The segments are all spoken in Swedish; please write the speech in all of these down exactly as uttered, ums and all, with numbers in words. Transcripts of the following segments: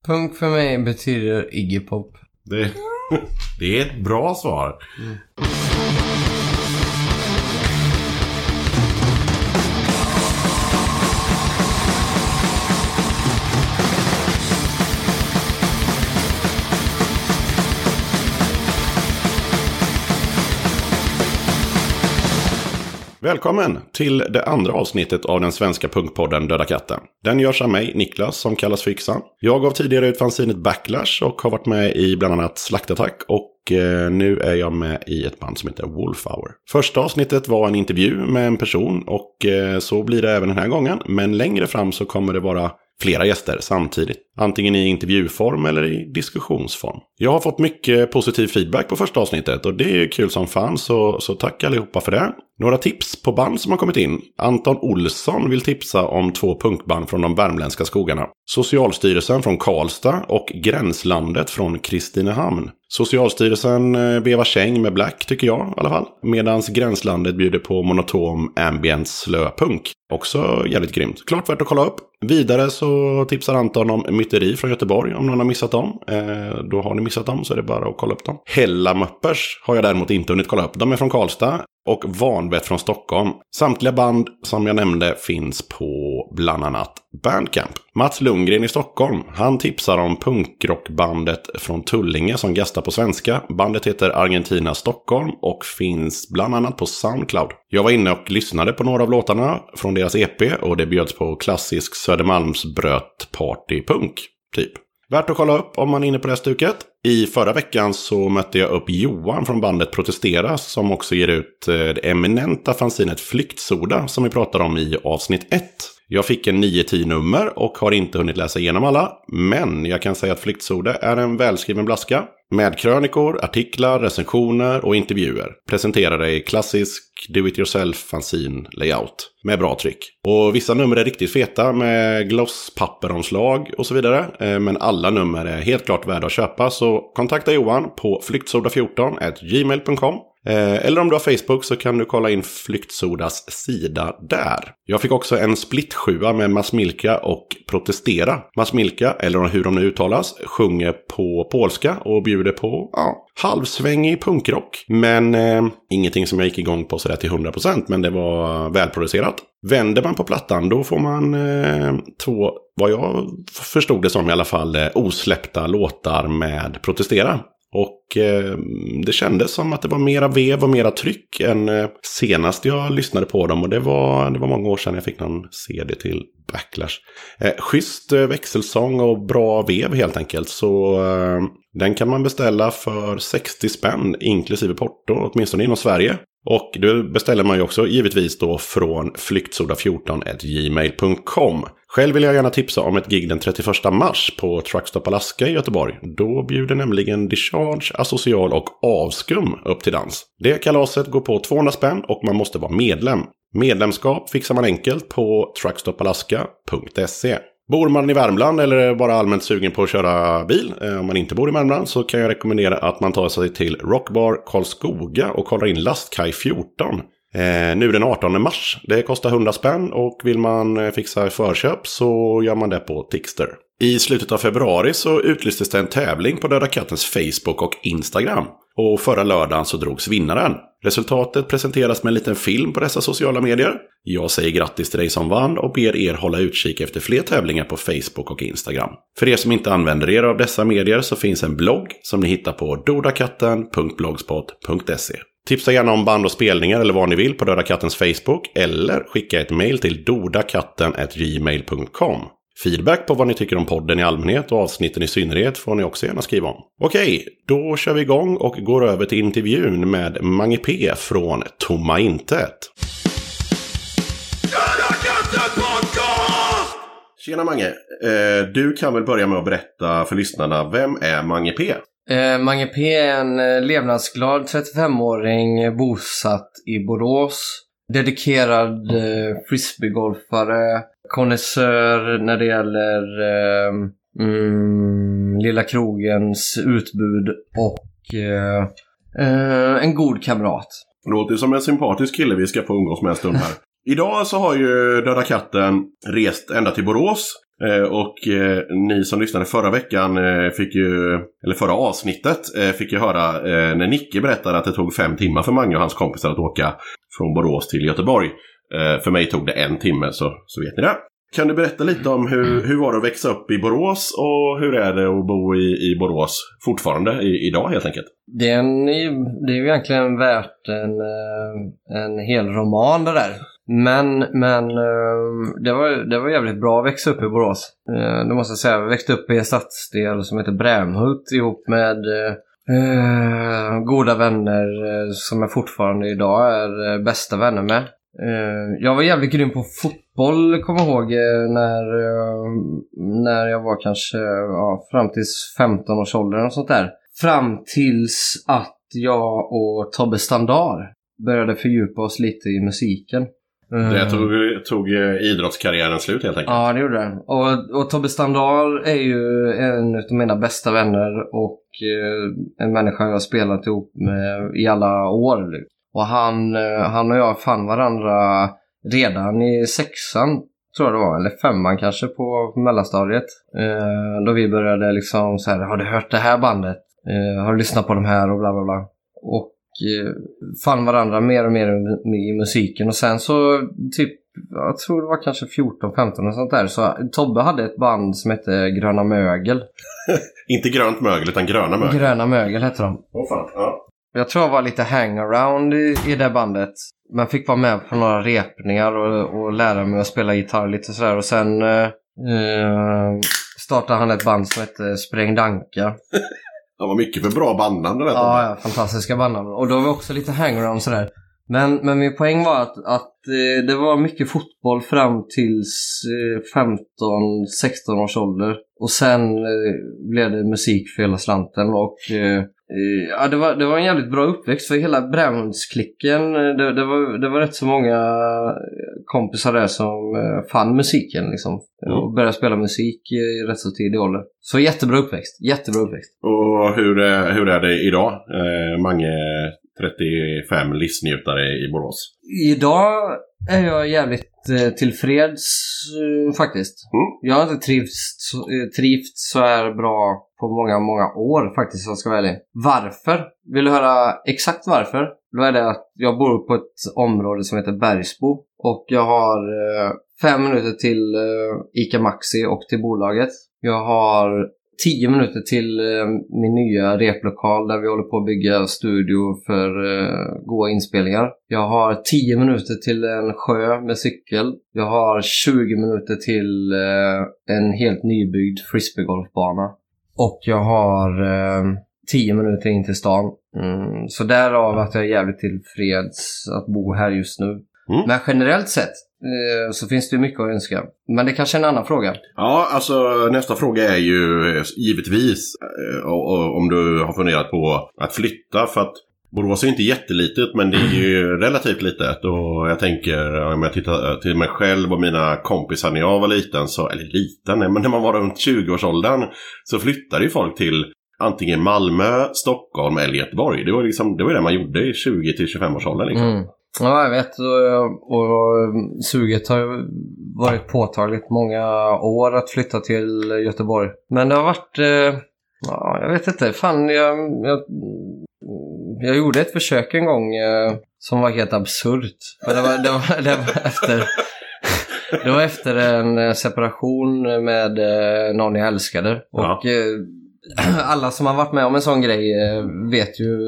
Punk för mig betyder Iggy Pop. Det, det är ett bra svar. Mm. Välkommen till det andra avsnittet av den svenska punkpodden Döda katten. Den görs av mig, Niklas, som kallas för Yxan. Jag gav tidigare ut fanzinet Backlash och har varit med i bland annat Slaktattack och eh, nu är jag med i ett band som heter Wolfhour. Första avsnittet var en intervju med en person och eh, så blir det även den här gången. Men längre fram så kommer det vara flera gäster samtidigt. Antingen i intervjuform eller i diskussionsform. Jag har fått mycket positiv feedback på första avsnittet och det är ju kul som fan, så, så tack allihopa för det. Några tips på band som har kommit in. Anton Olsson vill tipsa om två punkband från de värmländska skogarna. Socialstyrelsen från Karlstad och Gränslandet från Kristinehamn. Socialstyrelsen vevar käng med Black tycker jag i alla fall. Medans Gränslandet bjuder på monotom ambient slöpunk. Också jävligt grymt. Klart värt att kolla upp. Vidare så tipsar Anton om Myteri från Göteborg om någon har missat dem. Eh, då har ni missat dem så är det bara att kolla upp dem. Hella Möppers har jag däremot inte hunnit kolla upp. De är från Karlstad och Vanvett från Stockholm. Samtliga band som jag nämnde finns på bland annat Bandcamp. Mats Lundgren i Stockholm, han tipsar om punkrockbandet från Tullinge som gastar på svenska. Bandet heter Argentina Stockholm och finns bland annat på Soundcloud. Jag var inne och lyssnade på några av låtarna från deras E P och det bjöds på klassisk Södermalmsbröt partypunk typ. Värt att kolla upp om man är inne på det stuket. I förra veckan så mötte jag upp Johan från bandet Protestera som också ger ut det eminenta fanzinet Flyktsoda som vi pratar om i avsnitt ett. Jag fick en nio tio nummer och har inte hunnit läsa igenom alla, men jag kan säga att Flyktsoda är en välskriven blaska med krönikor, artiklar, recensioner och intervjuer. Presenterade i klassisk do-it-yourself-fanzin layout med bra tryck. Och vissa nummer är riktigt feta med glosspapperomslag och så vidare, men alla nummer är helt klart värda att köpa, så kontakta Johan på flyktsoda fjorton at gmail punkt com. Eller om du har Facebook så kan du kolla in Flyktsodas sida där. Jag fick också en splittsjua med Masmilka och Protestera. Masmilka, eller hur de nu uttalas, sjunger på polska och bjuder på ja, halvsvängig punkrock. Men eh, ingenting som jag gick igång på sådär till hundra procent, men det var välproducerat. Vänder man på plattan då får man eh, två, vad jag förstod det som i alla fall, eh, osläppta låtar med Protestera. Och eh, det kändes som att det var mera vev och mera tryck än eh, senast jag lyssnade på dem. Och det var, det var många år sedan jag fick någon C D till Backlash. Eh, schysst eh, växelsång och bra vev helt enkelt. Så eh, den kan man beställa för sextio spänn inklusive porto, åtminstone inom Sverige. Och då beställer man ju också givetvis då från flyktsoda fjorton at gmail punkt com. Själv vill jag gärna tipsa om ett gig den trettioförsta mars på Truckstop Alaska i Göteborg. Då bjuder nämligen Discharge, Asocial och Avskum upp till dans. Det kalaset går på tvåhundra spänn och man måste vara medlem. Medlemskap fixar man enkelt på truckstopalaska punkt se. Bor man i Värmland eller är bara allmänt sugen på att köra bil, om man inte bor i Värmland, så kan jag rekommendera att man tar sig till Rockbar Karlskoga och kollar in Lastkaj fjorton. Eh, nu den artonde mars. Det kostar hundra spänn och vill man fixa förköp så gör man det på Tixter. I slutet av februari så utlystes det en tävling på Döda Kattens Facebook och Instagram. Och förra lördagen så drogs vinnaren. Resultatet presenteras med en liten film på dessa sociala medier. Jag säger grattis till dig som vann och ber er hålla utkik efter fler tävlingar på Facebook och Instagram. För er som inte använder er av dessa medier så finns en blogg som ni hittar på dodakatten punkt blogspot punkt se. Tipsa gärna om band och spelningar eller vad ni vill på Döda Kattens Facebook eller skicka ett mejl till dodakatten at gmail punkt com. Feedback på vad ni tycker om podden i allmänhet och avsnitten i synnerhet får ni också gärna skriva om. Okej, då kör vi igång och går över till intervjun med Mange P från Tomma Intet. Tjena Mange, eh, du kan väl börja med att berätta för lyssnarna, vem är Mange P? Eh, Mange P är en eh, levnadsglad trettiofemåring bosatt i Borås. Dedikerad eh, frisbeegolfare, konnässör när det gäller eh, mm, Lilla Krogens utbud och eh, eh, en god kamrat. Låter som en sympatisk kille vi ska få umgås med en stund här. Idag så har ju Döda katten rest ända till Borås. Eh, och eh, ni som lyssnade förra veckan eh, fick ju, eller förra avsnittet eh, fick ju höra eh, när Nicke berättade att det tog fem timmar för Mange och hans kompisar att åka från Borås till Göteborg. Eh, för mig tog det en timme, så, så vet ni det. Kan du berätta lite om hur, hur var det att växa upp i Borås och hur är det att bo i, i Borås fortfarande i, idag helt enkelt? Det är, en, det är ju egentligen värt en, en hel roman det där. Men, men det, var, det var jävligt bra att växa upp i Borås. Det måste jag säga. Jag växte upp i en stadsdel som heter Brämhult ihop med eh, goda vänner som jag fortfarande idag är bästa vänner med. Jag var jävligt grym på fotboll, kommer jag ihåg, när, när jag var kanske ja, fram till femton års ålder och sånt där. Fram tills att jag och Tobbe Standard började fördjupa oss lite i musiken. Det tog, tog idrottskarriären slut helt enkelt. Ja, det gjorde det. Och, och Tobbe Standard är ju en av mina bästa vänner och en människa jag har spelat ihop med i alla år. Och han, han och jag fann varandra redan i sexan, tror jag det var, eller femman kanske på mellanstadiet. Eh, då vi började liksom så här, har du hört det här bandet? Eh, har du lyssnat på de här och bla bla bla. Och eh, fann varandra mer och mer i musiken. Och sen så typ, jag tror det var kanske fjorton femton och sånt där. Så Tobbe hade ett band som hette Gröna Mögel. Inte grönt mögel utan Gröna Mögel. Gröna Mögel hette de. Åh oh, fan, ja. Jag tror jag var lite hangaround i, i det bandet. Man fick vara med på några repningar och, och lära mig att spela gitarr lite sådär. Och sen eh, startade han ett band som hette Spräng Danka. Det var mycket för bra bandnamn. Ja, ja, fantastiska bandnamn. Och då var vi också lite hangaround sådär. Men, men min poäng var att, att eh, det var mycket fotboll fram tills eh, femton sexton års ålder. Och sen eh, blev det musik för hela slanten. Och eh, ja, det var, det var en jävligt bra uppväxt för hela Brämhultsklicken. Det, det, var, det var rätt så många kompisar där som eh, fann musiken liksom. Mm. Och började spela musik i rätt så tidig ålder. Så jättebra uppväxt, jättebra uppväxt. Och hur är, hur är det idag? Eh, Mange trettiofem livsnjutare i Borås. Idag är jag jävligt eh, tillfreds eh, faktiskt. Mm. Jag har inte trivts, eh, trivts så här bra på många, många år faktiskt, om jag ska vara ärlig. Varför? Vill du höra exakt varför? Då är det att jag bor på ett område som heter Bergsbo. Och jag har eh, fem minuter till eh, Ica Maxi och till bolaget. Jag har tio minuter till eh, min nya replokal där vi håller på att bygga studio för eh, goda inspelningar. Jag har tio minuter till en sjö med cykel. Jag har tjugo minuter till eh, en helt nybyggd frisbeegolfbana. Och jag har eh, tio minuter in till stan. Mm, så därav att jag är jävligt tillfreds att bo här just nu. Mm. Men generellt sett eh, så finns det mycket att önska. Men det är kanske är en annan fråga. Ja, alltså nästa fråga är ju givetvis eh, om du har funderat på att flytta. För att Borås är inte jättelitet, men det är ju relativt litet. Och jag tänker, om jag tittar till mig själv och mina kompisar när jag var liten, så, eller liten, men när man var runt tjugo-årsåldern så flyttade ju folk till antingen Malmö, Stockholm eller Göteborg. Det var liksom, det var det man gjorde i tjugo till tjugofem-årsåldern liksom. Mm. Ja, jag vet. Och, och suget har varit påtagligt många år att flytta till Göteborg. Men det har varit, eh, ja, jag vet inte, fan, jag... jag Jag gjorde ett försök en gång eh, som var helt absurt. Men det var, det var, det var efter det var efter en separation med eh, någon jag älskade. Ja. Och eh, alla som har varit med om en sån grej eh, vet ju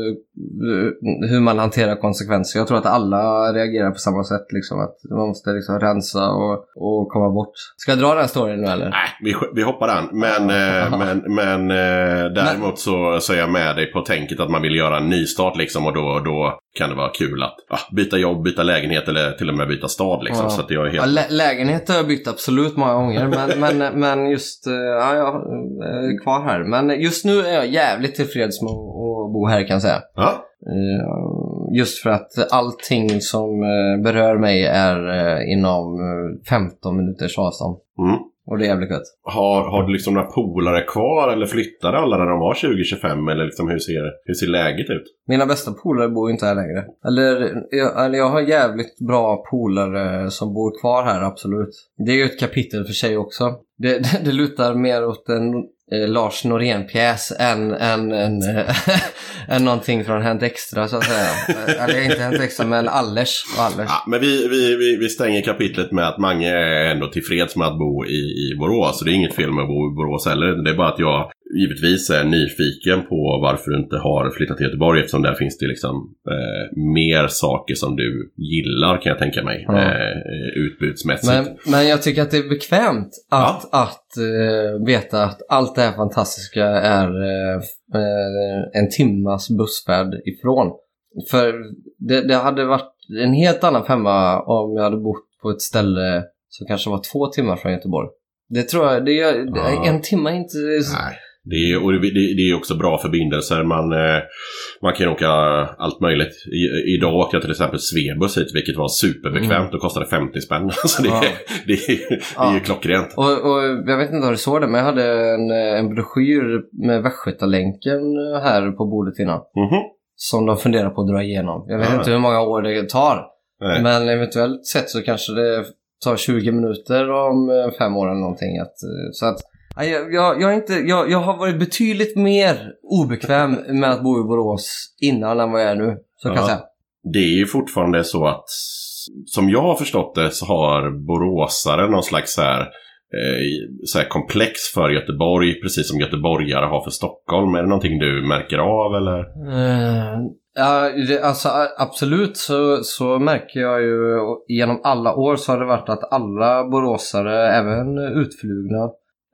hur man hanterar konsekvenser. Jag tror att alla reagerar på samma sätt. Liksom, att man måste liksom rensa och, och komma bort. Ska jag dra den storyn nu eller? Nej, vi, vi hoppar den. Men, eh, men, men eh, däremot men... Så, så är jag med dig på tänket att man vill göra en nystart. Liksom, och då, då kan det vara kul att ah, byta jobb, byta lägenhet eller till och med byta stad. Liksom, ja. Så att jag är helt... ja, lä- lägenhet har jag bytt absolut många gånger. Men, men, men just, ja, jag är kvar här. Men just nu är jag jävligt tillfreds med att bo här, kan jag säga. Ja. Just för att allting som berör mig är inom femton minuters avstånd. Mm. Och det är jävligt gött. Har, har du liksom några polare kvar eller flyttade alla när de var tjugo tjugofem? Eller liksom hur ser, hur ser läget ut? Mina bästa polare bor ju inte här längre. Eller jag, eller jag har jävligt bra polare som bor kvar här, absolut. Det är ju ett kapitel för sig också. Det, det, det lutar mer åt en eh, Lars Norén-pjäs än, än, än, än någonting från Hänt Extra, så att säga. Eller inte Hänt Extra, men Allers och Allers. Ja, men vi, vi, vi, vi stänger kapitlet med att Mange är ändå tillfreds med att bo i, i Borås. Så det är inget fel med att bo i Borås heller. Det är bara att jag givetvis är nyfiken på varför du inte har flyttat till Göteborg, eftersom där finns det liksom eh, mer saker som du gillar, kan jag tänka mig, ja. eh, utbudsmässigt. Men, men jag tycker att det är bekvämt att, ja. att eh, veta att allt det här fantastiska är eh, en timmas bussfärd ifrån. För det, det hade varit en helt annan femma om jag hade bott på ett ställe som kanske var två timmar från Göteborg. Det tror jag, det är, ja. en timme är inte... Nej. Det är, och det, det är också bra förbindelser. Man, eh, man kan åka allt möjligt. I, idag åkte jag till exempel Svebuss hit, vilket var superbekvämt mm. och kostade femtio spänn. Så det, ja. det, det, det ja. är ju klockrent. Och, och jag vet inte om du såg det, men jag hade en, en broschyr med Västgötalänken här på bordet innan. Mm-hmm. Som de funderar på att dra igenom. Jag vet ja. inte hur många år det tar. Nej. Men eventuellt sett så kanske det tar tjugo minuter om fem år eller någonting. Att, så att Jag, jag, jag, inte, jag, jag har varit betydligt mer obekväm med att bo i Borås innan än vad jag är nu, så kan ja. jag säga. Det är ju fortfarande så att, som jag har förstått det, så har boråsare någon slags så här, eh, så här komplex för Göteborg, precis som göteborgare har för Stockholm. Är det någonting du märker av, eller? Uh, ja, det, alltså absolut så, så märker jag ju, genom alla år så har det varit att alla boråsare, även utflugna,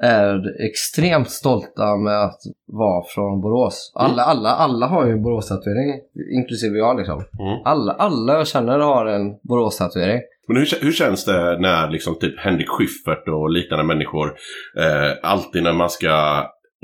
är extremt stolta med att vara från Borås. Alla, mm. alla, alla har ju en Borås-tatuering, inklusive jag liksom. Mm. Alla, alla jag känner har en Borås-tatuering. Men hur, hur känns det när liksom typ Henrik Schyffert och liknande människor eh, alltid när man ska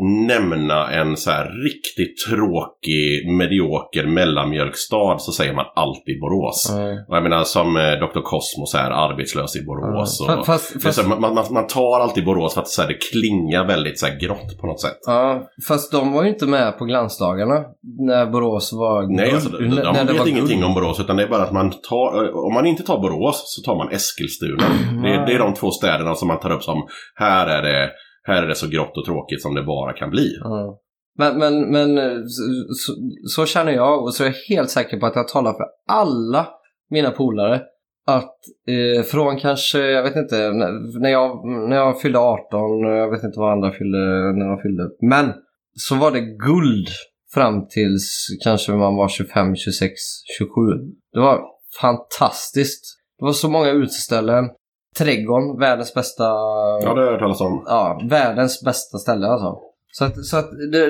nämna en så här riktigt tråkig, medioker mellanmjölkstad, så säger man alltid Borås. Mm. Och jag menar, som eh, doktor Cosmos är arbetslös i Borås. Mm. Och, fast, fast, så, man, man, man tar alltid Borås för att så här, det klingar väldigt så här, grått på något sätt. Ja, fast de var ju inte med på glansdagarna när Borås var... Nej, alltså, de, de, de när vet det ingenting guld. om Borås, utan det är bara att man tar... Om man inte tar Borås så tar man Eskilstuna. Mm. Det, det är de två städerna som man tar upp som, här är det... Här är det så grått och tråkigt som det bara kan bli. Mm. Men, men, men så, så känner jag, och så är jag helt säker på att jag talar för alla mina polare. Att eh, från kanske, jag vet inte, när jag, när jag fyllde arton, jag vet inte vad andra fyllde när de fyllde. Men så var det guld fram tills kanske man var tjugofem, tjugosex, tjugosju. Det var fantastiskt. Det var så många utställen. Trädgården, världens bästa... Ja, det har jag hört talas om. Ja, världens bästa ställe alltså. Så att, så att det,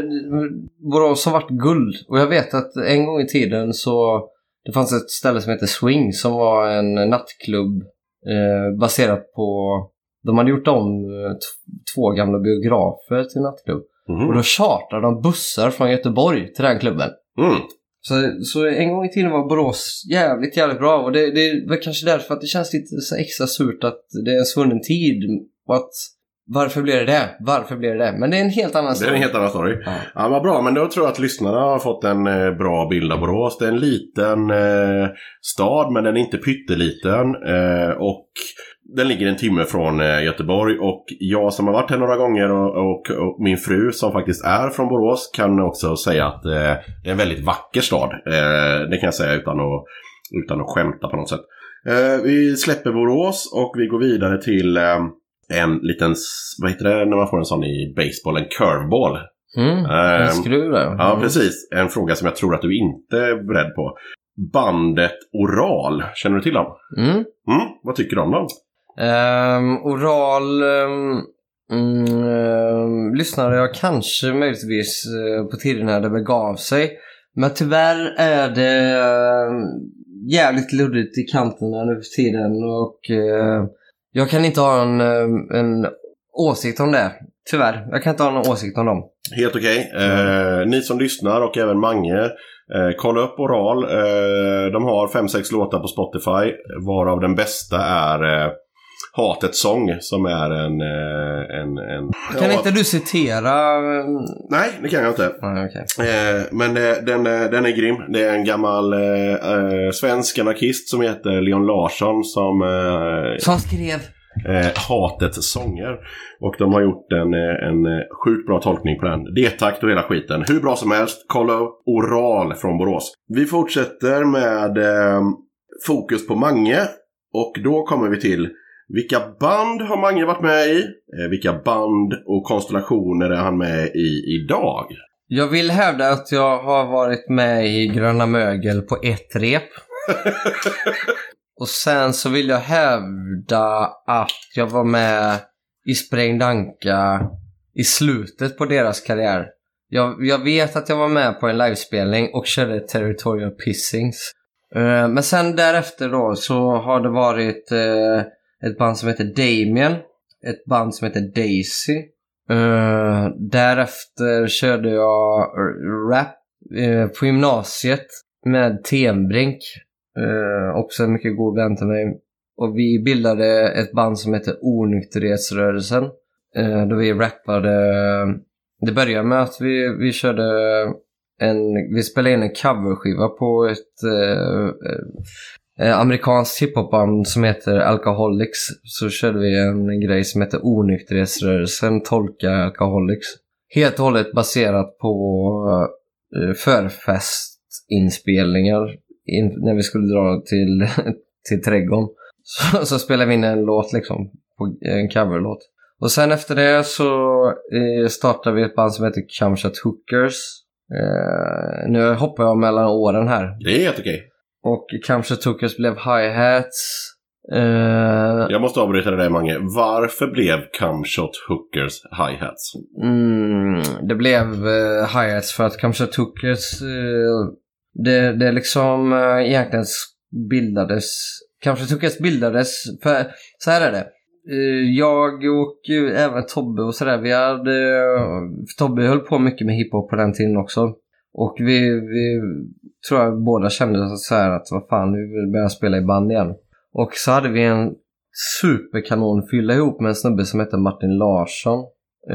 Borås har varit guld. Och jag vet att en gång i tiden så... Det fanns ett ställe som heter Swing, som var en nattklubb eh, baserat på... De hade gjort om t- två gamla biografer till nattklubb. Mm. Och då chartade de bussar från Göteborg till den klubben. Mm. Så, så en gång i tiden var Borås jävligt, jävligt bra. Och det, det var kanske därför att det känns lite så extra surt att det är en svunnen tid. Och att, varför blir det det? Varför blir det det? Men det är en helt annan story. Det är en helt annan story. Ja, ja vad bra. Men då tror jag att lyssnarna har fått en eh, bra bild av Borås. Det är en liten eh, stad, men den är inte pytteliten. Eh, och... Den ligger en timme från eh, Göteborg, och jag som har varit här några gånger och, och, och min fru som faktiskt är från Borås kan också säga att eh, det är en väldigt vacker stad. Eh, det kan jag säga utan att, utan att skämta på något sätt. Eh, vi släpper Borås och vi går vidare till eh, en liten, vad heter det när man får en sån i baseball, en curveball. Mm, eh, en skruv där. Mm. Ja, precis. En fråga som jag tror att du inte är beredd på. Bandet Oral, känner du till dem? Mm. Mm, vad tycker du om dem? Um, oral um, um, lyssnade jag kanske möjligtvis uh, på tiden när det begav sig. Men tyvärr är det uh, jävligt luddigt i kanterna nu för tiden. Och uh, jag kan inte ha en, uh, en åsikt om det. Tyvärr, jag kan inte ha någon åsikt om dem. Helt okej. Okay. Uh, ni som lyssnar och även Mange, uh, kolla upp Oral. Uh, de har fem sex låtar på Spotify, varav den bästa är... Uh, Hatets sång som är en... en, en kan ja, inte du citera? Nej, det kan jag inte. Ah, okay. eh, men eh, den, den är grym. Det är en gammal eh, svensk anarkist som heter Leon Larsson som... Eh, som skrev... Eh, Hatets sånger. Och de har gjort en, en sjukt bra tolkning på den. D-takt och hela skiten. Hur bra som helst. Kolla Oral från Borås. Vi fortsätter med eh, fokus på Mange. Och då kommer vi till vilka band har Mange varit med i? Eh, vilka band och konstellationer är han med i idag? Jag vill hävda att jag har varit med i Gröna Mögel på ett rep. Och sen så vill jag hävda att jag var med i Sprängdanka i slutet på deras karriär. Jag, jag vet att jag var med på en livespelning och körde Territorial Pissings. Uh, men sen därefter då så har det varit uh, ett band som heter Damien. Ett band som heter Daisy. Uh, därefter körde jag rap uh, på gymnasiet med Tenbrink. Uh, också en mycket god vän till mig. Och vi bildade ett band som heter Onykterhetsrörelsen. Uh, då vi rappade. Det började med att vi, vi körde en, vi spelade in en coverskiva på ett uh, uh, amerikanskt hiphopband som heter Alcoholics. Så körde vi en grej som heter Onykterhetsrörelsen tolka Alcoholics. Helt och hållet baserat på uh, förfestinspelningar. In, när vi skulle dra till, till trädgården så, så spelade vi in en låt liksom, på en coverlåt. Och sen efter det så eh, startade vi ett band som heter Kamchat Hookers. eh, Nu hoppar jag mellan åren här. Det är helt okej. Och Kamchat Hookers blev Hi-Hats. eh, Jag måste avbryta det där, Mange. Varför blev Kamchat Hookers Hi-Hats? mm, Det blev eh, Hi-Hats för att Kamchat Hookers eh, Det, det liksom äh, egentligen bildades, kanske Hookers bildades, för så här är det. Uh, jag och uh, även Tobbe och sådär, vi hade, uh, Tobbe höll på mycket med hiphop på den tiden också. Och vi, vi tror jag båda kände så här att vad fan, nu vill börja spela i band igen. Och så hade vi en superkanon fylla ihop med en snubbe som heter Martin Larsson.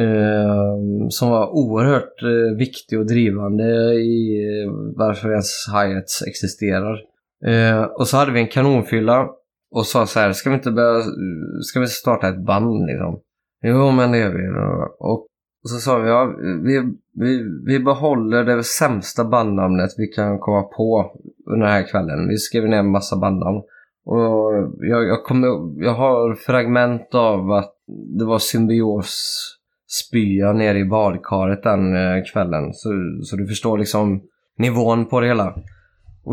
Uh, som var oerhört uh, viktig och drivande i uh, varför ens Hi-Hats existerar. Uh, och så hade vi en kanonfylla och sa så här: ska vi inte börja, ska vi starta ett band liksom? Jo, men det gör vi. Och, och så sa vi, ja, vi, vi, vi behåller det sämsta bandnamnet vi kan komma på under den här kvällen. Vi skrev ner en massa bandnamn. Och jag, jag, kommer, jag har fragment av att det var Symbios spya ner i badkaret den eh, kvällen. Så, så du förstår liksom nivån på det hela. Och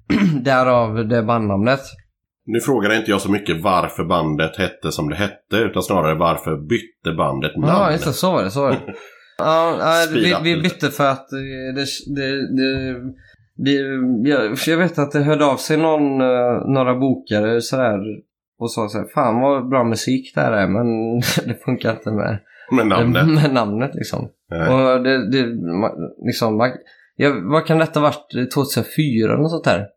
därav det bandnamnet. Nu frågar inte jag så mycket varför bandet hette som det hette, utan snarare varför bytte bandet namn. Ja, just det, så var det, så var det. Ja, vi, vi bytte för att det, det, det, det, jag, jag vet att det hörde av sig någon, några bokare så här, och sa så här: fan vad bra musik det här är, men det funkar inte med Med namnet. Med namnet liksom. Nej. Och det, det liksom, man, jag, vad kan detta ha varit? tjugohundrafyra eller något sånt där?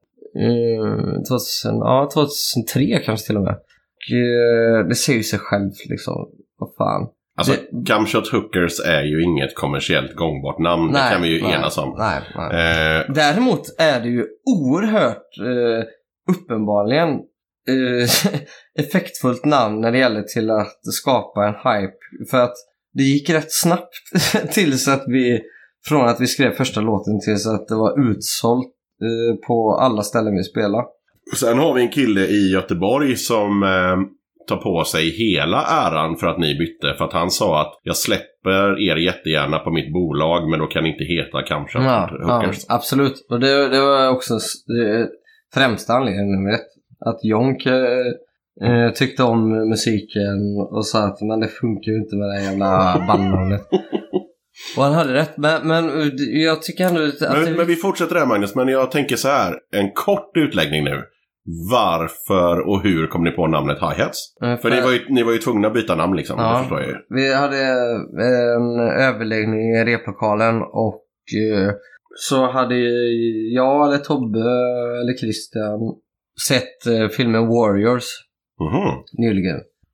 Mm, tusen, ja, tjugohundratre kanske till och med. Och, uh, det ser ju sig själv liksom. Vad fan. Alltså, det... Kamchat Hookers är ju inget kommersiellt gångbart namn. Nej, det kan vi ju nej, enas om. Nej, nej. Eh... Däremot är det ju oerhört uh, uppenbarligen uh, effektfullt namn när det gäller till att skapa en hype. För att det gick rätt snabbt tills att vi, från att vi skrev första låten tills att det var utsålt uh, på alla ställen vi spelade. Sen har vi en kille i Göteborg som uh, tar på sig hela äran för att ni bytte. För att han sa att jag släpper er jättegärna på mitt bolag, men då kan ni inte heta Kamchat ja, Hookers. Ja, absolut. Och det, det var också det främsta anledningen med det. Att Jonk eh, tyckte om musiken och sa att men det funkar ju inte med det jävla bandnamnet. Och han hade rätt, men, men jag tycker ändå att men, det... men vi fortsätter där, Magnus, men jag tänker så här, en kort utläggning nu. Varför och hur kom ni på namnet Hi-Hats? För, för ni, var ju, ni var ju tvungna att byta namn liksom, ja, det förstår jag ju. Vi hade en överläggning i replokalen och eh, så hade jag eller Tobbe eller Christian sett eh, filmen Warriors mm-hmm. nyligen.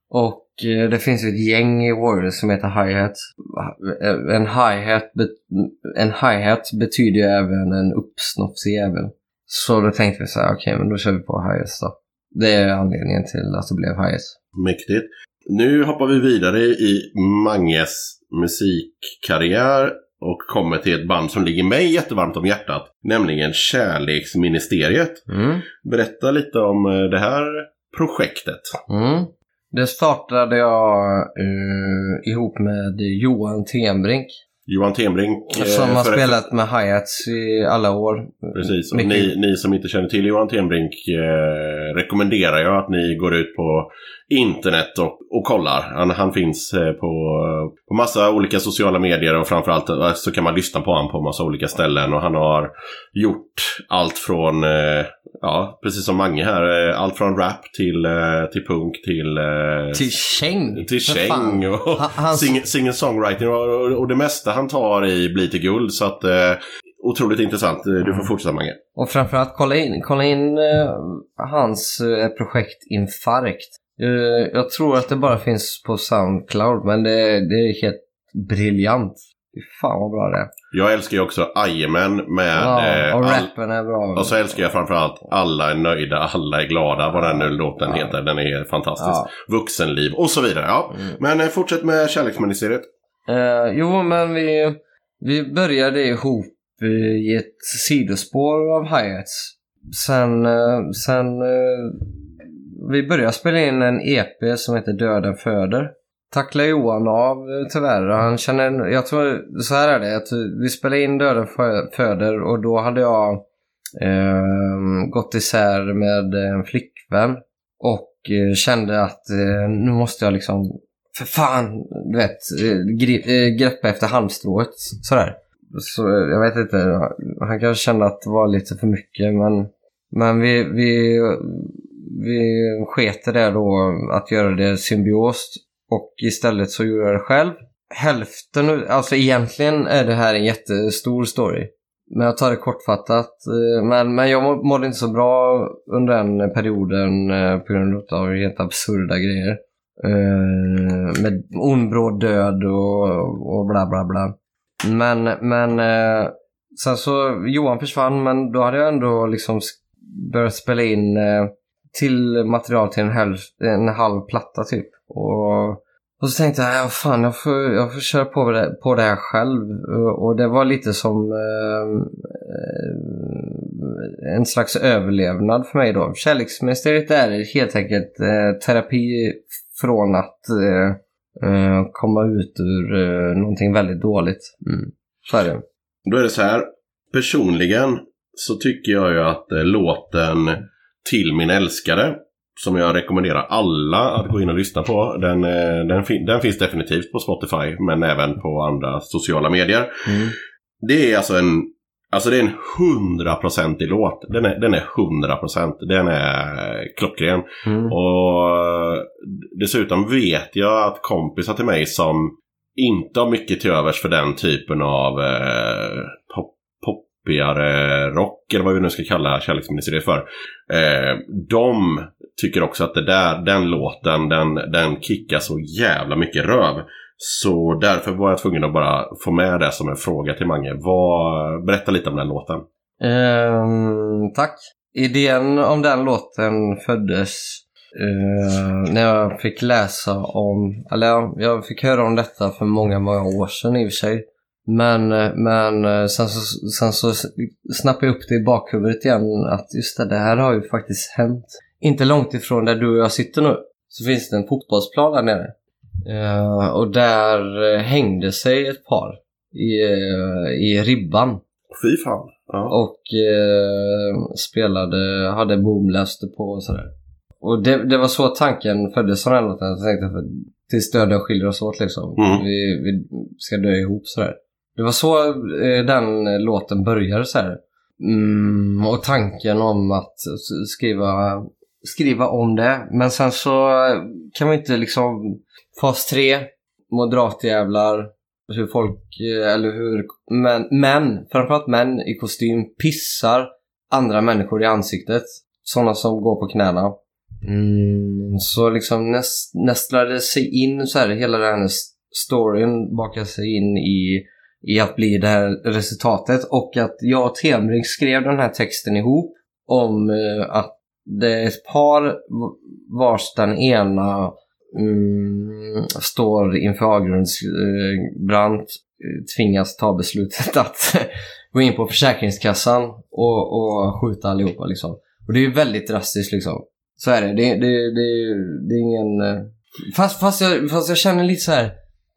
Och eh, det finns ett gäng i Warriors som heter hi-hat. En hi-hat, be- en hi-hat betyder ju även en uppsnofsig jävel. Så då tänkte vi så här, okej, okay, men då kör vi på hi-hats då. Det är anledningen till att det blev hi-hats. Mäktigt. Nu hoppar vi vidare i Manges musikkarriär och kommer till ett band som ligger mig jättevarmt om hjärtat, nämligen Kärleksministeriet. Mm. Berätta lite om det här projektet. Mm. Det startade jag uh, ihop med Johan Tenbrink. Johan Tenbrink. Som har för... spelat med hi-hats i alla år. Precis, och ni, ni som inte känner till Johan Tenbrink eh, rekommenderar jag att ni går ut på internet och, och kollar. Han, han finns eh, på, på massa olika sociala medier och framförallt så kan man lyssna på honom på massa olika ställen. Och han har gjort allt från, eh, ja, precis som Mange här, eh, allt från rap till, eh, till punk till... Eh, till käng. Till käng och han, sing, singer-songwriting och, och, och det mesta han tar i blir till guld, så att eh, otroligt intressant. Du får fortsätta, Mange. Och framförallt kolla in, kolla in eh, hans eh, projekt Infarkt. Eh, jag tror att det bara finns på SoundCloud, men det, det är helt briljant. Fan vad bra det är. Jag älskar ju också Ajemen med... Ja, och all... rappen är bra. Och så älskar jag framförallt Alla är nöjda, alla är glada. Vad den nu låten ja. heter. Den är fantastisk. Ja. Vuxenliv och så vidare. Ja. Mm. Men eh, fortsätt med Kärleksministeriet. Uh, jo, men vi, vi började ihop i ett sidospår av hi-hats. Sen, uh, sen uh, vi började spela in en E P som heter Döden föder. Tacklar Johan av tyvärr. Han känner, jag tror, så här är det, att vi spelade in Döden föder och då hade jag uh, gått isär med en flickvän och uh, kände att uh, nu måste jag liksom för fan, du vet, gri- greppa efter halmstrået sådär. Så jag vet inte, han kanske kände att det var lite för mycket, men, men vi, vi, vi sket det då att göra det symbiost och istället så gjorde jag det själv. Hälften, alltså egentligen är det här en jättestor story. Men jag tar det kortfattat. Men, men jag mådde inte så bra under den perioden på grund av helt absurda grejer. Uh, med ondbråd död och, och bla bla bla. Men, men uh, sen så Johan försvann, men då hade jag ändå liksom börjat spela in uh, till material till en halv, en halv platta typ. Och, och så tänkte jag, ja, fan, jag får, jag får köra på det, på det här själv. Och, och det var lite som uh, en slags överlevnad för mig då. Kärleksministeriet är helt enkelt uh, terapi från att uh, uh, komma ut ur uh, någonting väldigt dåligt. Mm. Så är det. Då är det så här. Personligen så tycker jag ju att uh, låten Till min älskare, som jag rekommenderar alla att gå in och lyssna på, den, uh, den, fin- den finns definitivt på Spotify, men även på andra sociala medier. Mm. Det är alltså en Alltså det är en hundraprocentig låt. Den är, den är hundra procent. Den är klockren. Mm. Och dessutom vet jag att kompisar till mig som inte har mycket till övers för den typen av eh, pop, poppigare rock, eller vad vi nu ska kalla Kärleksministeriet för. Eh, de tycker också att det där, den låten, den, den kickar så jävla mycket röv. Så därför var jag tvungen att bara få med det som en fråga till Mange. Vad, berätta lite om den låten. Um, tack. Idén om den låten föddes uh, när jag fick läsa om, eller jag, jag fick höra om detta för många, många år sedan i och för sig. Men, men sen, så, sen så snappade jag upp det i bakhuvudet igen att just det, det här har ju faktiskt hänt. Inte långt ifrån där du och jag sitter nu så finns det en fotbollsplan där nere. Uh, och där uh, hängde sig ett par i, uh, i ribban. Fy fan. Ja. Och uh, spelade, hade boomläster på och sådär. Och det, det var så tanken föddes som den låten. Jag tänkte för, tills döden skiljer oss åt liksom. Mm. Vi, vi ska dö ihop sådär. Det var så uh, den låten började sådär. Mm, och tanken om att skriva skriva om det. Men sen så kan man inte liksom fas tre, moderatjävlar, hur folk, eller hur män, män, framförallt män i kostym pissar andra människor i ansiktet. Sådana som går på knäna. Mm, så liksom näst, nästlade sig in så här, hela den här storyn bakade sig in i, i att bli det här resultatet. Och att jag och Temring skrev den här texten ihop om eh, att det är ett par vars den ena mm, står inför avgrundsbrant, eh, tvingas ta beslutet att gå in på Försäkringskassan och, och skjuta allihopa liksom. Och det är ju väldigt drastiskt liksom. Så är det. Det, det, det, det är ingen... Fast, fast, jag, fast jag känner lite så här...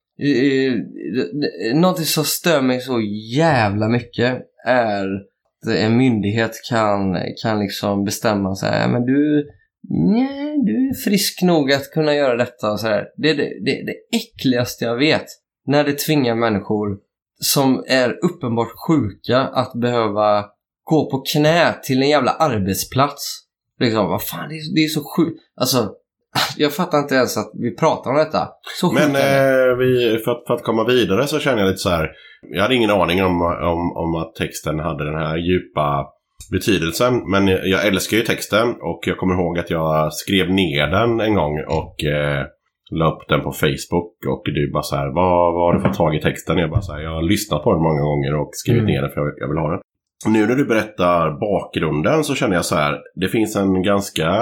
Någonting som stör mig så jävla mycket är att en myndighet kan, kan liksom bestämma så här, men du... Nej, du är frisk nog att kunna göra detta och så här. Det är det, det, det äckligaste jag vet. När det tvingar människor som är uppenbart sjuka att behöva gå på knä till en jävla arbetsplats. Liksom, vad fan, det är, det är så sjukt. Alltså, jag fattar inte ens att vi pratar om detta. Så Men eh, vi, för, att, för att komma vidare så känner jag lite så här. Jag hade ingen aning om, om, om att texten hade den här djupa betydelsen. Men jag älskar ju texten och jag kommer ihåg att jag skrev ner den en gång och eh, la upp den på Facebook. Och du bara så här, vad, vad har du fått tag i texten? Jag bara så här, jag har lyssnat på den många gånger och skrivit mm. ner den för jag, jag vill ha den. Nu när du berättar bakgrunden så känner jag så här, det finns en ganska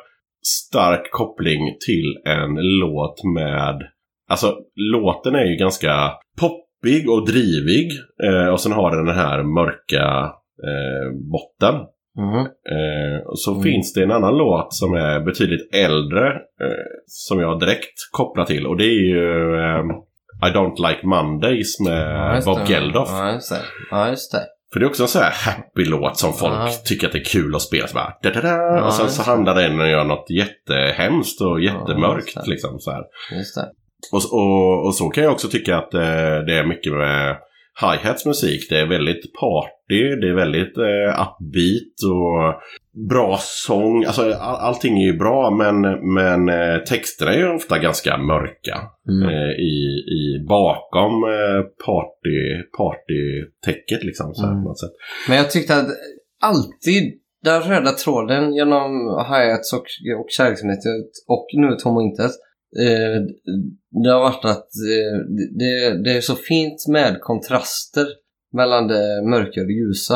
stark koppling till en låt med, alltså låten är ju ganska poppig och drivig eh, och sen har den den här mörka eh, botten. Mm. Eh, och så mm. finns det en annan låt som är betydligt äldre eh, som jag direkt kopplar till och det är ju eh, I Don't Like Mondays med ja, Bob Geldof. Ja, just det. Ja, just det. För det är också en sån här happy-låt som folk ja. tycker att det är kul att spela. Så bara, da, da, da. Ja, och sen så handlar den om att göra något jättehemskt och jättemörkt. Ja, liksom, så här. Just det. Och, och, och så kan jag också tycka att eh, det är mycket med hi-hats musik. Det är väldigt party, det är väldigt eh, upbeat och bra sång. Alltså all, allting är ju bra men, men eh, texterna är ju ofta ganska mörka. Mm. Eh, i, i bakom eh, party, party-täcket liksom. Så mm. på något sätt. Men jag tyckte att alltid den röda tråden genom hi-hats och, och kärleksmyndighet och nu Tom och intet. Eh, det har varit att eh, det, det är så fint med kontraster mellan det mörka och det ljusa.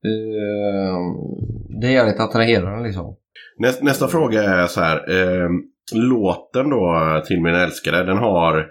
Eh, det är jävligt attraherande liksom. Nästa, nästa fråga är så här. Eh, låten då till min älskare, den har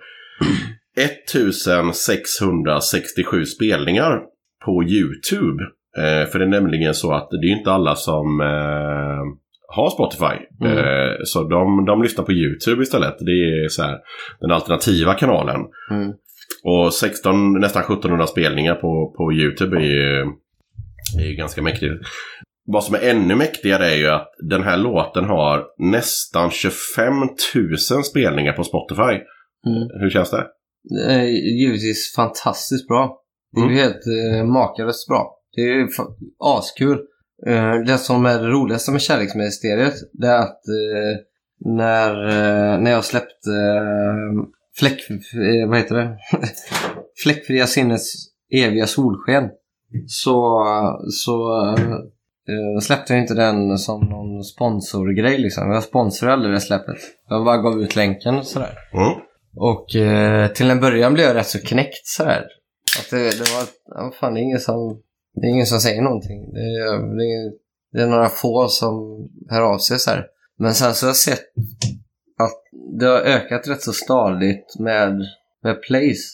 sexhundrasextiosju spelningar på YouTube. Eh, för det är nämligen så att det är inte alla som eh, har Spotify. Mm. Eh, så de, de lyssnar på YouTube istället. Det är så här, den alternativa kanalen. Mm. Och sexton, nästan sjuttonhundra spelningar på, på YouTube är ju, är ju ganska mäktigt. Vad som är ännu mäktigare är ju att den här låten har nästan tjugofem tusen spelningar på Spotify. Mm. Hur känns det? Det är givetvis fantastiskt bra. Det är ju mm. helt eh, makalöst bra. Det är ju fa- askul. Uh, det som är det roligaste med kärleksmysteriet det är att uh, när, uh, när jag släppte uh, fläck, uh, vad heter det? Fläckfria sinnets eviga solsken så, så uh, släppte jag inte den som någon sponsorgrej liksom. Jag sponsrade aldrig det släppet. Jag bara gav ut länken och sådär. Mm. Och uh, till en början blev jag rätt så knäckt sådär. Att det, det var ja, fan, det är ingen som Det är ingen som säger någonting. Det är, det är, det är några få som hör av sig så här. Men sen så har jag sett att det har ökat rätt så stadigt med, med plays.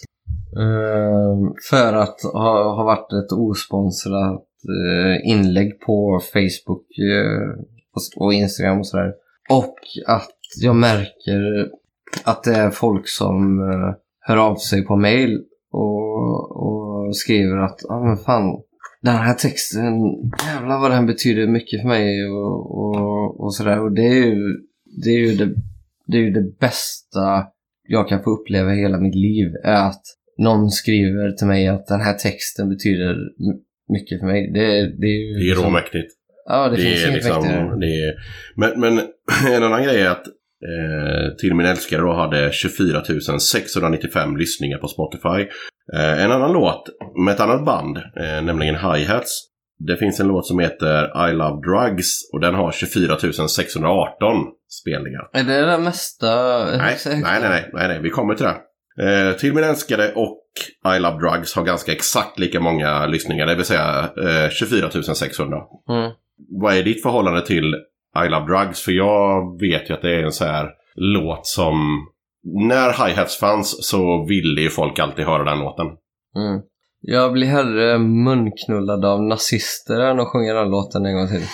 Uh, för att ha, ha varit ett osponsrat uh, inlägg på Facebook uh, och Instagram och sådär. Och att jag märker att det är folk som uh, hör av sig på mail och, och skriver att ja ah, men fan, den här texten, jävlar vad den betyder mycket för mig och, och, och sådär. Och det är ju, det är ju det, det är ju det bästa jag kan få uppleva i hela mitt liv. Är att någon skriver till mig att den här texten betyder mycket för mig. Det, det är ju... Det är liksom, råmäktigt. Ja, det, det finns inget liksom, det är, men, men en annan grej är att eh, till min älskare då hade tjugofyra tusen sexhundranittiofem lyssningar på Spotify. Eh, en annan låt med ett annat band, eh, nämligen Hi-Hats, Det finns en låt som heter I Love Drugs och den har tjugofyra tusen sexhundraarton spelningar. Är det det mesta? Nej, nej, nej, nej, nej, nej, vi kommer till det. Eh, Till min älskade och I Love Drugs har ganska exakt lika många lyssningar, det vill säga eh, tjugofyra tusen sexhundra. Mm. Vad är ditt förhållande till I Love Drugs? För jag vet ju att det är en så här låt som... När hi-hats fanns så ville ju folk alltid höra den låten. Mm. Jag blir hellre munknullad av nazister än att sjunga den låten en gång till.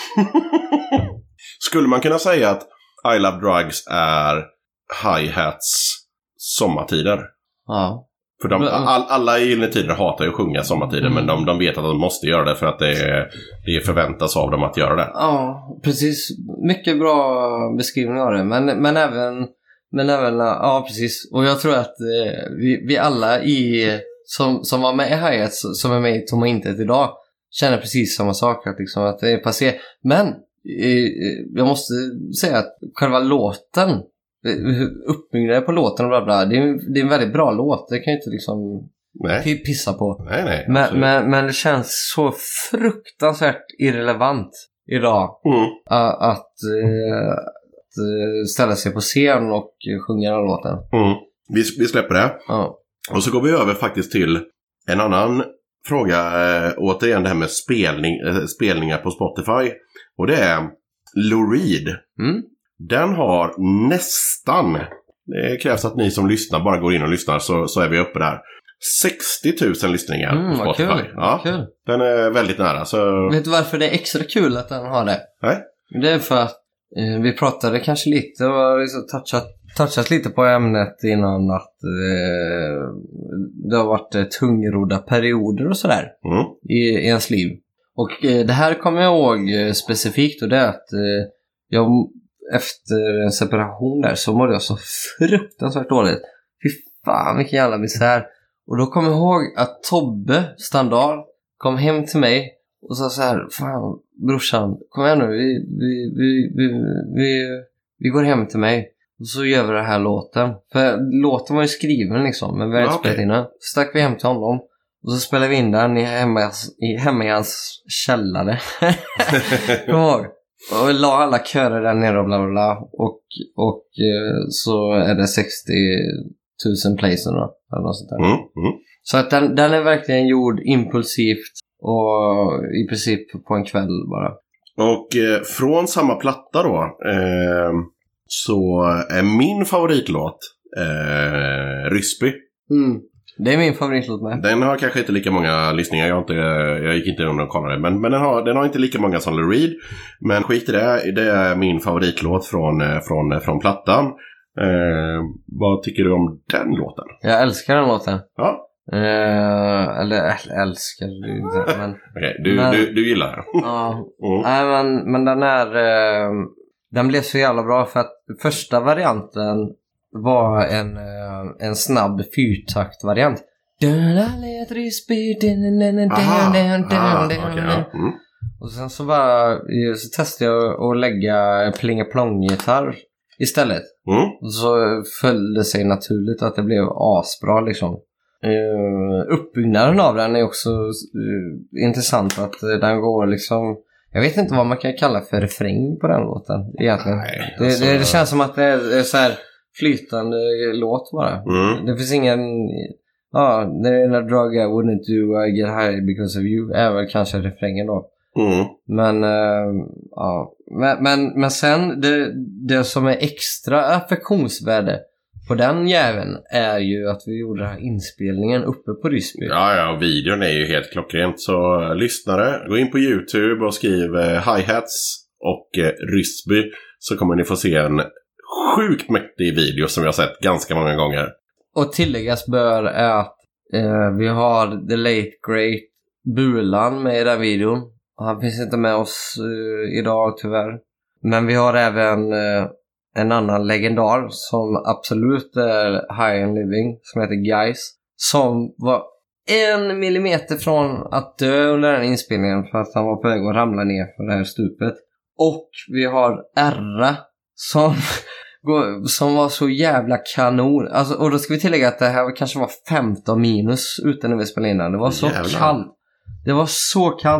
Skulle man kunna säga att I Love Drugs är hi-hats sommartider? Ja. För de, all, alla i Gyllene Tider hatar ju att sjunga sommartider, mm. men de, de vet att de måste göra det för att det, är, det förväntas av dem att göra det. Ja, precis. Mycket bra beskrivning av det. Men, men även, men även, ja precis. Och jag tror att eh, vi, vi alla i, som, som var med i hi-hats, som är med i Tomma Intet idag, känner precis samma sak. Att, liksom, att det är passé. Men eh, jag måste säga att själva låten, uppbyggnaden på låten och bla bla, det är, det är en väldigt bra låt. Det kan ju inte liksom nej. pissa på. Nej, nej, men, men, men det känns så fruktansvärt irrelevant idag mm. att, att, att ställa sig på scen och sjunga den låten. Mm. Vi, vi släpper det. Ja. Och så går vi över faktiskt till en annan fråga. Äh, återigen det här med spelning, äh, spelningar på Spotify. Och det är Lou Reed. Mm. Den har nästan, det krävs att ni som lyssnar bara går in och lyssnar så, så är vi uppe där. sextio tusen lyssningar mm, på Spotify. Vad kul. Ja, kul. Den är väldigt nära. Så... Vet du varför det är extra kul att den har det? Nej. Det är för att eh, vi pratade kanske lite och liksom touchat, touchat lite på ämnet innan att eh, det har varit eh, tungrodda perioder och sådär mm. i, i ens liv. Och eh, det här kommer jag ihåg eh, specifikt och det är att eh, jag efter en separation där så mådde jag så fruktansvärt dåligt. Fy fan vilken jävla misär. Och då kom jag ihåg att Tobbe Standard kom hem till mig och sa så här: fan brorsan, kom igen nu, vi, vi, vi, vi, vi, vi går hem till mig och så gör vi den här låten. För låten var ju skriven liksom, men vi hade inte spelat in den. Så stack vi hem till honom och så spelade vi in den i hemma i, hemma i hans källare. Kom ihåg. Och la alla körer där nere och bla bla bla. Och, och eh, så är det sextio tusen plays nu då, eller något sånt där. Mm, mm. Så att den, den är verkligen gjord impulsivt och i princip på en kväll bara. Och eh, från samma platta då eh, så är min favoritlåt eh, Ryssby. Mm. Det är min favoritlåt med. Den har kanske inte lika många lyssningar. Jag, har inte, jag gick inte under och kollade. Men, men den, har, den har inte lika många som Lou Reed. Men skit i det. Det är min favoritlåt från, från, från plattan. Eh, vad tycker du om den låten? Jag älskar den låten. Ja. Eh, eller älskar du inte. Men, okay, du, men, du, du gillar den. Ja. Mm. Nej, men, men den är... Eh, den blev så jävla bra för att första varianten var en, en snabb fyrtakt-variant. Och sen så bara så testade jag att lägga plinga-plong-gitarr istället. Mm. Och så följde det sig naturligt att det blev asbra liksom. Uh, uppbyggnaden av den är också uh, intressant att uh, den går liksom... Jag vet inte vad man kan kalla för refräng på den låten egentligen. Nej, alltså... det, det, det känns som att det är så här flytande låt bara. Mm. Det finns ingen... Ja, ah, there in a drug I wouldn't do, I get high because of you är väl kanske refrängen då. Mm. Men, uh, ja. men, men, men sen det, det som är extra affektionsvärde på den jäveln är ju att vi gjorde den här inspelningen uppe på Ryssby. Ja, ja, videon är ju helt klockrent. Så uh, lyssnare, gå in på YouTube och skriv uh, hi-hats och uh, Ryssby, så kommer ni få se en sjukt mäktig video som jag har sett ganska många gånger. Och tilläggas bör är att uh, vi har The Late Great Bulan med i den videon. Han finns inte med oss uh, idag tyvärr. Men vi har även... Uh, en annan legendar som absolut är high and living, som heter Guys, som var en millimeter från att dö under den inspelningen för att han var på väg att ramla ner för det här stupet. Och vi har Erra som, som var så jävla kanon. Alltså, och då ska vi tillägga att det här kanske var femton minus ute när vi spelade in den. Det var så Jävlar. kallt. Det var så kallt.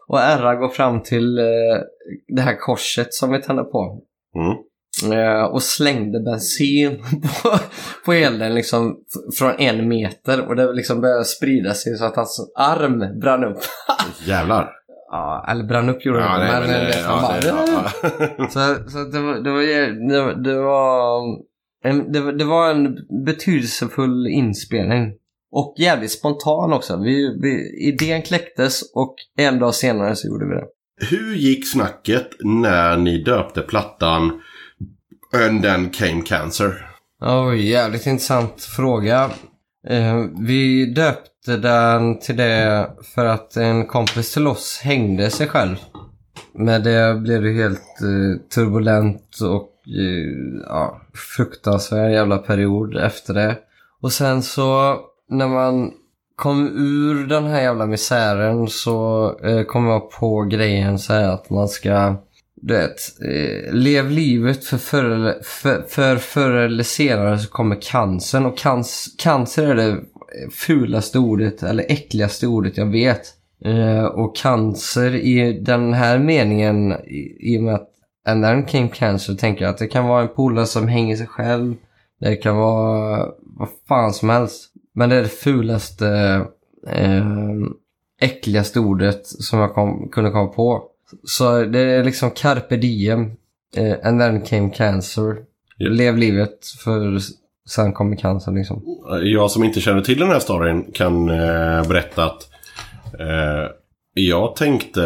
och Erra går fram till eh, det här korset som vi tände på. Mm. Eh, och slängde bensin på, på elden liksom f- från en meter. Och det liksom började sprida sig så att hans arm brann upp. Jävlar. Ja, eller brann upp gjorde ja, det. Nej, Men, men, men, det, ja, bara, det, ja. Så, så det var, det var, det var, det var, en, det var, det var en betydelsefull inspelning. Och jävligt spontan också. Vi, vi, idén kläcktes och en dag senare så gjorde vi det. Hur gick snacket när ni döpte plattan And Then Came Cancer? Oj, jävligt intressant fråga. Eh, vi döpte den till det för att en kompis till oss hängde sig själv. Men det blev det helt eh, turbulent och eh, ja, fruktansvärd jävla period efter det. Och sen så när man kom ur den här jävla misären så eh, kom jag på grejen så här att man ska, du vet, eh, lev livet för förr för, för, för eller senare så kommer cancern. Och cans, cancer är det fulaste ordet eller äckligaste ordet jag vet. Eh, och cancer i den här meningen i, i och med att And Then Came Cancer tänker jag att det kan vara en polare som hänger sig själv. Det kan vara vad fan som helst. Men det är det fulaste eh, äckligaste ordet som jag kom, kunde komma på. Så det är liksom carpe diem. Eh, and then came cancer. Ja. Lev livet för sen kommer cancer liksom. Jag som inte känner till den här storyn kan eh, berätta att eh, jag tänkte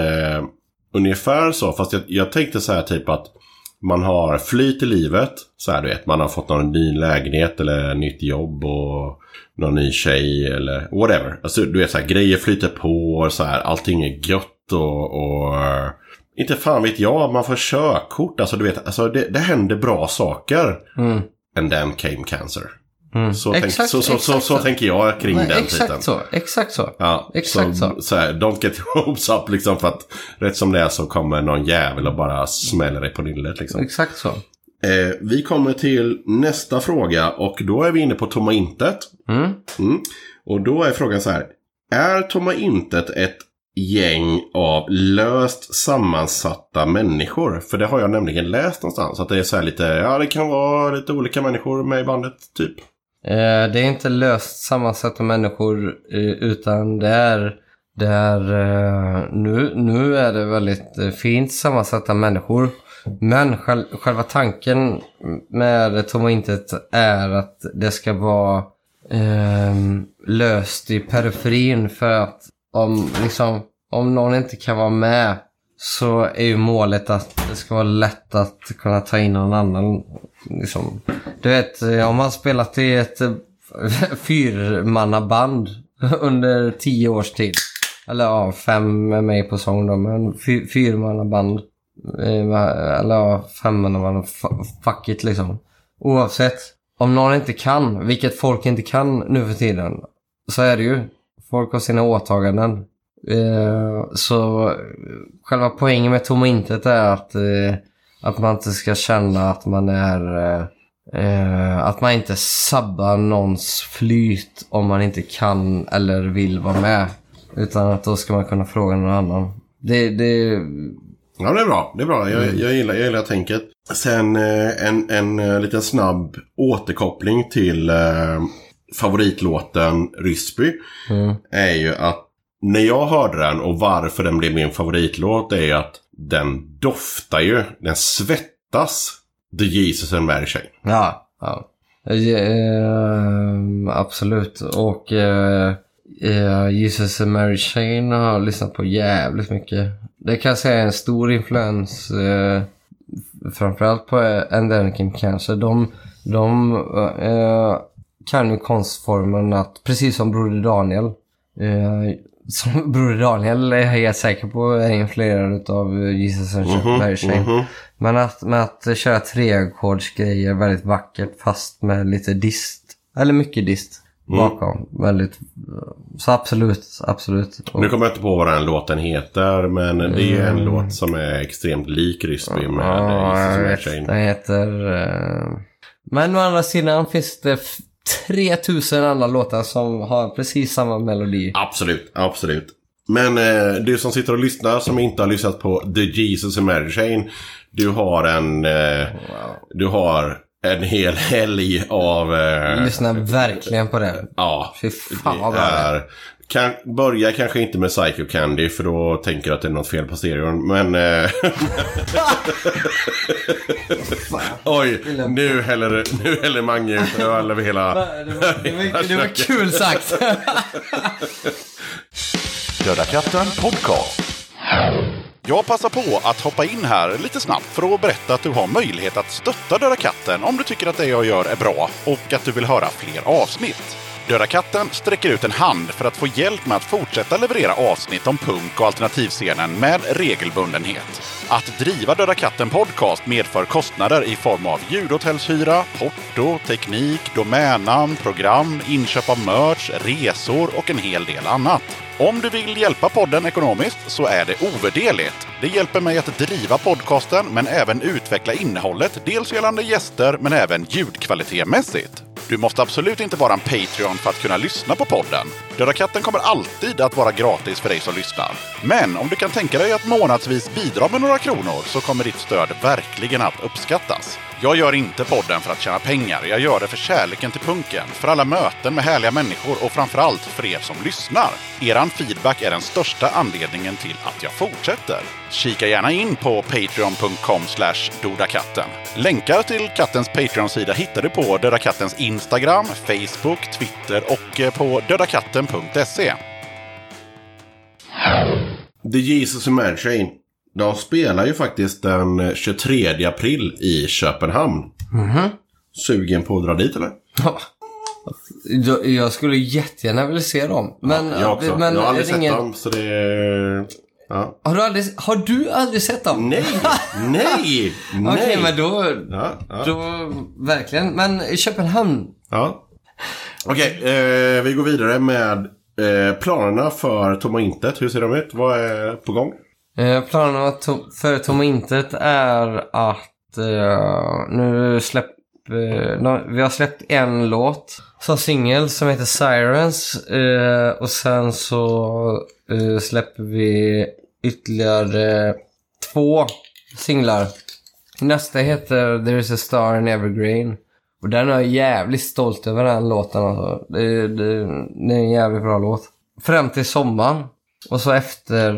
ungefär så. Fast jag, jag tänkte så här typ att man har flyt i livet. Så här du vet, man har fått någon ny lägenhet eller nytt jobb och någon ny tjej eller whatever. Alltså du vet så här, grejer flyter på och så här, allting är gött och, och inte fan vet jag, man får körkort. Alltså du vet, alltså det, det händer bra saker. Mm. And then came cancer. Mm. Så, exakt, tänk, så, så, exakt så, så, så tänker jag kring Nej, den exakt tiden. Så, exakt så. Ja, exakt så. så, så här, don't get your hopes up liksom, för att rätt som det är så kommer någon jävel och bara smäller dig på nyllet liksom. Exakt så. Eh, vi kommer till nästa fråga och då är vi inne på Tomma Intet. Mm. Mm. Och då är frågan så här: är Tomma Intet ett gäng av löst sammansatta människor? För det har jag nämligen läst någonstans. Att det är så här lite, ja det kan vara lite olika människor med i bandet typ. Eh, det är inte löst sammansatta människor eh, utan det är, det är eh, nu, nu är det väldigt eh, fint sammansatta människor. Men själv, själva tanken med Tomma Intet är att det ska vara eh, löst i periferin, för att om, liksom, om någon inte kan vara med så är ju målet att det ska vara lätt att kunna ta in någon annan. Liksom. Du vet, om man spelat i ett fyrmannaband under tio års tid, eller ja, fem med mig på sång då, men fy, fyrmannaband eller ja, femmannaband, fuck it liksom. Oavsett, om någon inte kan, vilket folk inte kan nu för tiden, så är det ju, folk har sina åtaganden. Eh, så själva poängen med Tomma Intet är att eh, att man inte ska känna att man är eh, att man inte sabbar någons flyt om man inte kan eller vill vara med, utan att då ska man kunna fråga någon annan. Det, det... Ja, det är bra, det är bra. Jag, jag, gillar, jag gillar tänket. Sen eh, en, en, en liten snabb återkoppling till eh, favoritlåten Ryssby mm. är ju att när jag hörde den och varför den blev min favoritlåt är ju att den doftar ju, den svettas The Jesus and Mary Chain. Ja, ja. Eh, absolut. Och eh, eh, Jesus and Mary Chain har jag lyssnat på jävligt mycket. Det kan jag säga är en stor influens eh, framförallt på And Then Came Cancer. De, de eh, kan ju konstformen att, precis som Broder Daniel, eh, som Broder Daniel är jag helt säker på är influerad av Jesus and mm-hmm, Mary Chain. Mm-hmm. Men att, med att köra treackordsgrejer väldigt vackert fast med lite dist, eller mycket dist bakom. Mm. Väldigt, så absolut, absolut. Och, nu kommer jag inte på vad den låten heter, men det är ju en mm. låt som är extremt lik Ryssby med ja, Jesus and Mary Chain. Den heter... Uh... Men å andra sidan finns det tre tusen andra låtar som har precis samma melodi. Absolut, absolut. Men eh, du som sitter och lyssnar som inte har lyssnat på The Jesus and Mary Chain, du har en eh, wow. du har en hel helg av eh, lyssna verkligen på det. Ja. Fy fan vad bra är, kan börja kanske inte med Psycho Candy, för då tänker jag att det är något fel på stereon, men eh, oj, nu häller nu häller Mange ut över hela. Det var, det var, det var kul sagt. Döda katten podcast. Jag passar på att hoppa in här lite snabbt för att berätta att du har möjlighet att stötta Döda katten om du tycker att det jag gör är bra och att du vill höra fler avsnitt. Döda katten sträcker ut en hand för att få hjälp med att fortsätta leverera avsnitt om punk- och alternativscenen med regelbundenhet. Att driva Döda katten podcast medför kostnader i form av ljudhotellshyra, porto, teknik, domännamn, program, inköp av merch, resor och en hel del annat. Om du vill hjälpa podden ekonomiskt så är det ovärderligt. Det hjälper mig att driva podcasten men även utveckla innehållet, dels gällande gäster men även ljudkvalitetmässigt. Du måste absolut inte vara en Patreon för att kunna lyssna på podden. Döda katten kommer alltid att vara gratis för dig som lyssnar. Men om du kan tänka dig att månadsvis bidra med några kronor så kommer ditt stöd verkligen att uppskattas. Jag gör inte podden för att tjäna pengar. Jag gör det för kärleken till punken, för alla möten med härliga människor och framförallt för er som lyssnar. Eran feedback är den största anledningen till att jag fortsätter. Kika gärna in på patreon punkt com slash dodakatten. Länkar till kattens Patreon-sida hittar du på Döda kattens Instagram, Facebook, Twitter och på dödakatten punkt se. The Jesus and Mary Chain, de spelar ju faktiskt den tjugotredje april i Köpenhamn. Mhm. Sugen på att dra dit eller? Ja. Jag, jag skulle jättegärna vilja se dem. Men, ja, jag också. Men jag har aldrig sett ingen... dem, så det är... Ja. Har, du aldrig, har du aldrig sett dem? Nej, nej, nej. Okej, men då, ja, ja. då... Verkligen. Men Köpenhamn... Ja. Okej, eh, vi går vidare med eh, planerna för Tom och Intet. Hur ser de ut? Vad är på gång? Eh, planerna to- för Tom och Intet är att eh, nu släpp, eh, no, vi har släppt en låt som singel som heter Sirens, eh, och sen så eh, släpper vi ytterligare två singlar. Nästa heter There is a star in Evergreen, och den är jag jävligt stolt över, den låten alltså. det, det, det är en jävligt bra låt. Fram till sommaren. Och så efter,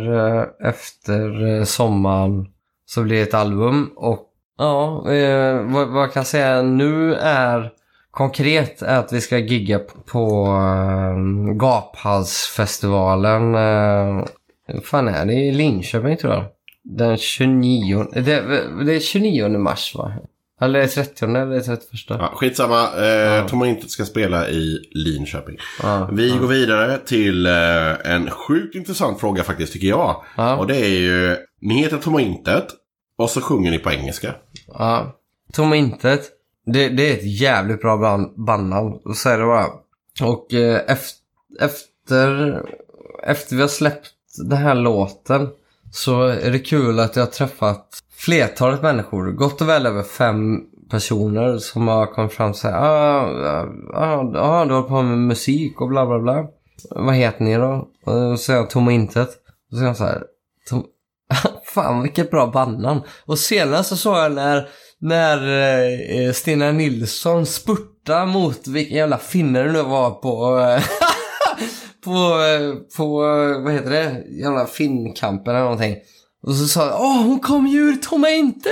efter sommaren så blir det ett album. Och ja, eh, vad, vad jag kan säga nu är konkret är att vi ska gigga på eh, Gaphalsfestivalen. Eh, fan är det? I Linköping tror jag. Den tjugonionde. Det, det är tjugonionde mars va? Eller trettionde eller trettioförsta. Ja, skitsamma. Eh, ja. Tom och Intet ska spela i Linköping. Ja, Vi ja. går vidare till eh, en sjukt intressant fråga faktiskt tycker jag. Ja. Och det är ju, ni heter Tom och Intet och så sjunger ni på engelska. Ja, Tom och Intet. Det, det är ett jävligt bra band, bandnamn. Så är det bara. Och eh, efter, efter, efter vi har släppt den här låten så är det kul att jag har träffat flertalet människor, gott och väl över fem personer som har kommit fram och sagt ah, ah, ah, du håller på med musik och bla bla bla. Vad heter ni då? Och så säger jag Tom och Intet. Och så säger jag så här, Tom... fan vilket bra bandnamn. Och senast så såg jag när, när eh, Stina Nilsson spurta mot vilken jävla finner det nu var på... på, på, vad heter det? Jävla finnkampen eller någonting. Och så sa jag, åh hon kom ju ur Tom och Intet.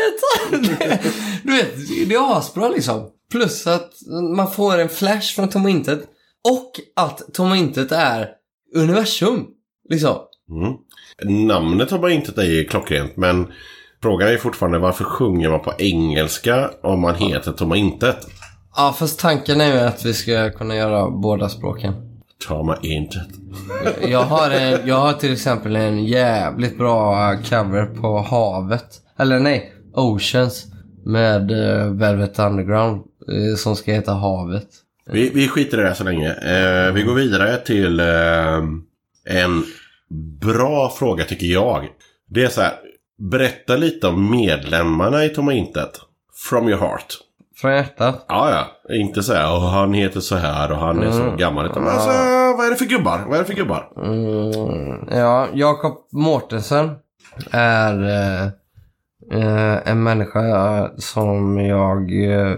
Du vet, det är asbra liksom. Plus att man får en flash från Tom och Intet. Och att Tom och Intet är universum. Liksom. Mm. Namnet Tom och Intet är ju klockrent. Men frågan är fortfarande varför sjunger man på engelska om man heter Tom och Intet? Ja, fast tanken är ju att vi ska kunna göra båda språken. Tom och Intet. Jag har, en, jag har till exempel en jävligt bra cover på Havet. Eller nej, Oceans. Med uh, Velvet Underground. Uh, som ska heta Havet. Vi, vi skiter i det här så länge. Uh, vi går vidare till uh, en bra fråga tycker jag. Det är så här. Berätta lite om medlemmarna i Tom och Intet. From your heart. från hjärtat. Ja, ja. Inte så här, och han heter så här och han är Mm. så gammal. Utan, alltså, vad är det för gubbar? Vad är det för gubbar? Mm, ja, Jakob Mårtensen är eh, eh, en människa som jag eh,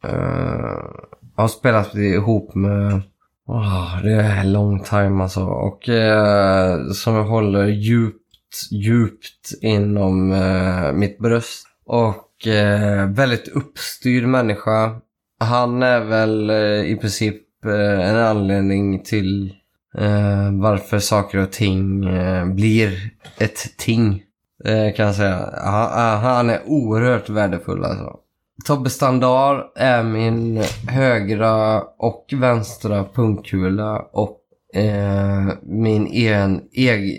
har spelat ihop med. Oh, det är en lång time alltså. Och eh, som jag håller djupt, djupt inom eh, mitt bröst. Och eh, väldigt uppstyrd människa. Han är väl eh, i princip eh, en anledning till eh, varför saker och ting eh, blir ett ting. Eh, kan jag säga. Han, han är oerhört värdefull alltså. Tobbe Standard är min högra och vänstra pungkula och eh, min en, eg,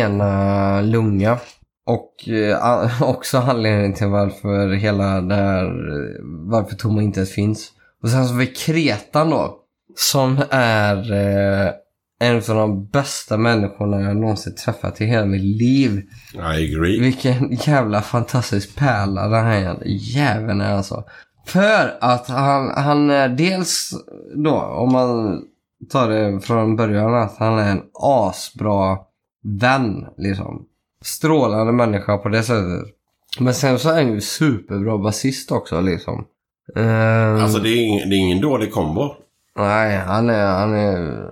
ena lunga. Och eh, också anledningen till varför hela det här, varför Tomma inte ens finns. Och sen så har vi Kretan då, som är eh, en av de bästa människorna jag någonsin träffat i hela mitt liv. I agree. Vilken jävla fantastisk pärla den här jäveln är alltså. För att han, han är dels då, om man tar det från början, att han är en asbra vän liksom. Strålande människa på det sättet. Men sen så är han ju superbra basist också liksom. Um, Alltså det är, ing, det är ingen dålig kombo. Nej, han är... Han är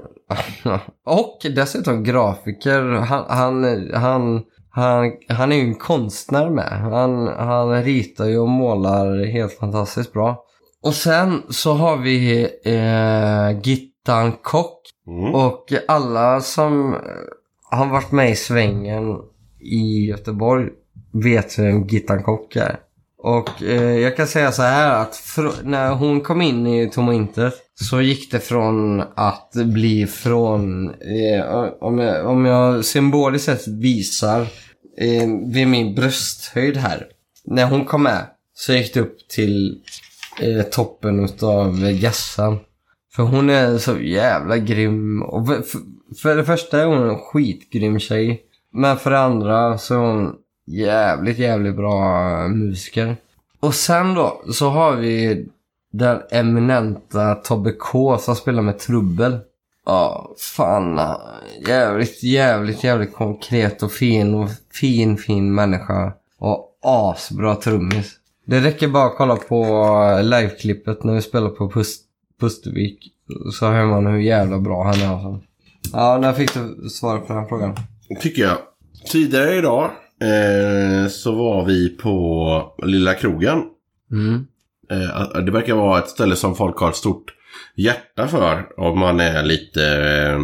och dessutom grafiker. Han, han, han, han, han är ju en konstnär med. Han, han ritar ju och målar helt fantastiskt bra. Och sen så har vi eh, Gittan Kock. Mm. Och alla som har varit med i svängen i Göteborg vet vem Gittan Kock är. Och eh, jag kan säga så här att fr- när hon kom in i Tom och Intet så gick det från att bli från eh, om, jag, om jag symboliskt sett visar eh, vid min brösthöjd här. När hon kom med så gick det upp till eh, toppen utav gassan. För hon är så jävla grym. Och för, för det första är hon en skitgrym tjej. Men för det andra så är hon jävligt, jävligt bra musiker. Och sen då så har vi den eminenta Tobbe K som spelar med trubbel. Ja, fan. Jävligt, jävligt, jävligt konkret och fin och fin, fin människa. Och asbra trummis. Det räcker bara att kolla på liveklippet när vi spelar på Pust- Pustervik. Så hör man hur jävla bra han är. Alltså. Ja, när fick du svar på den frågan? Tycker jag. Tidigare idag eh, så var vi på Lilla Krogen. Mm. Eh, det verkar vara ett ställe som folk har ett stort hjärta för. Om man är lite... Eh,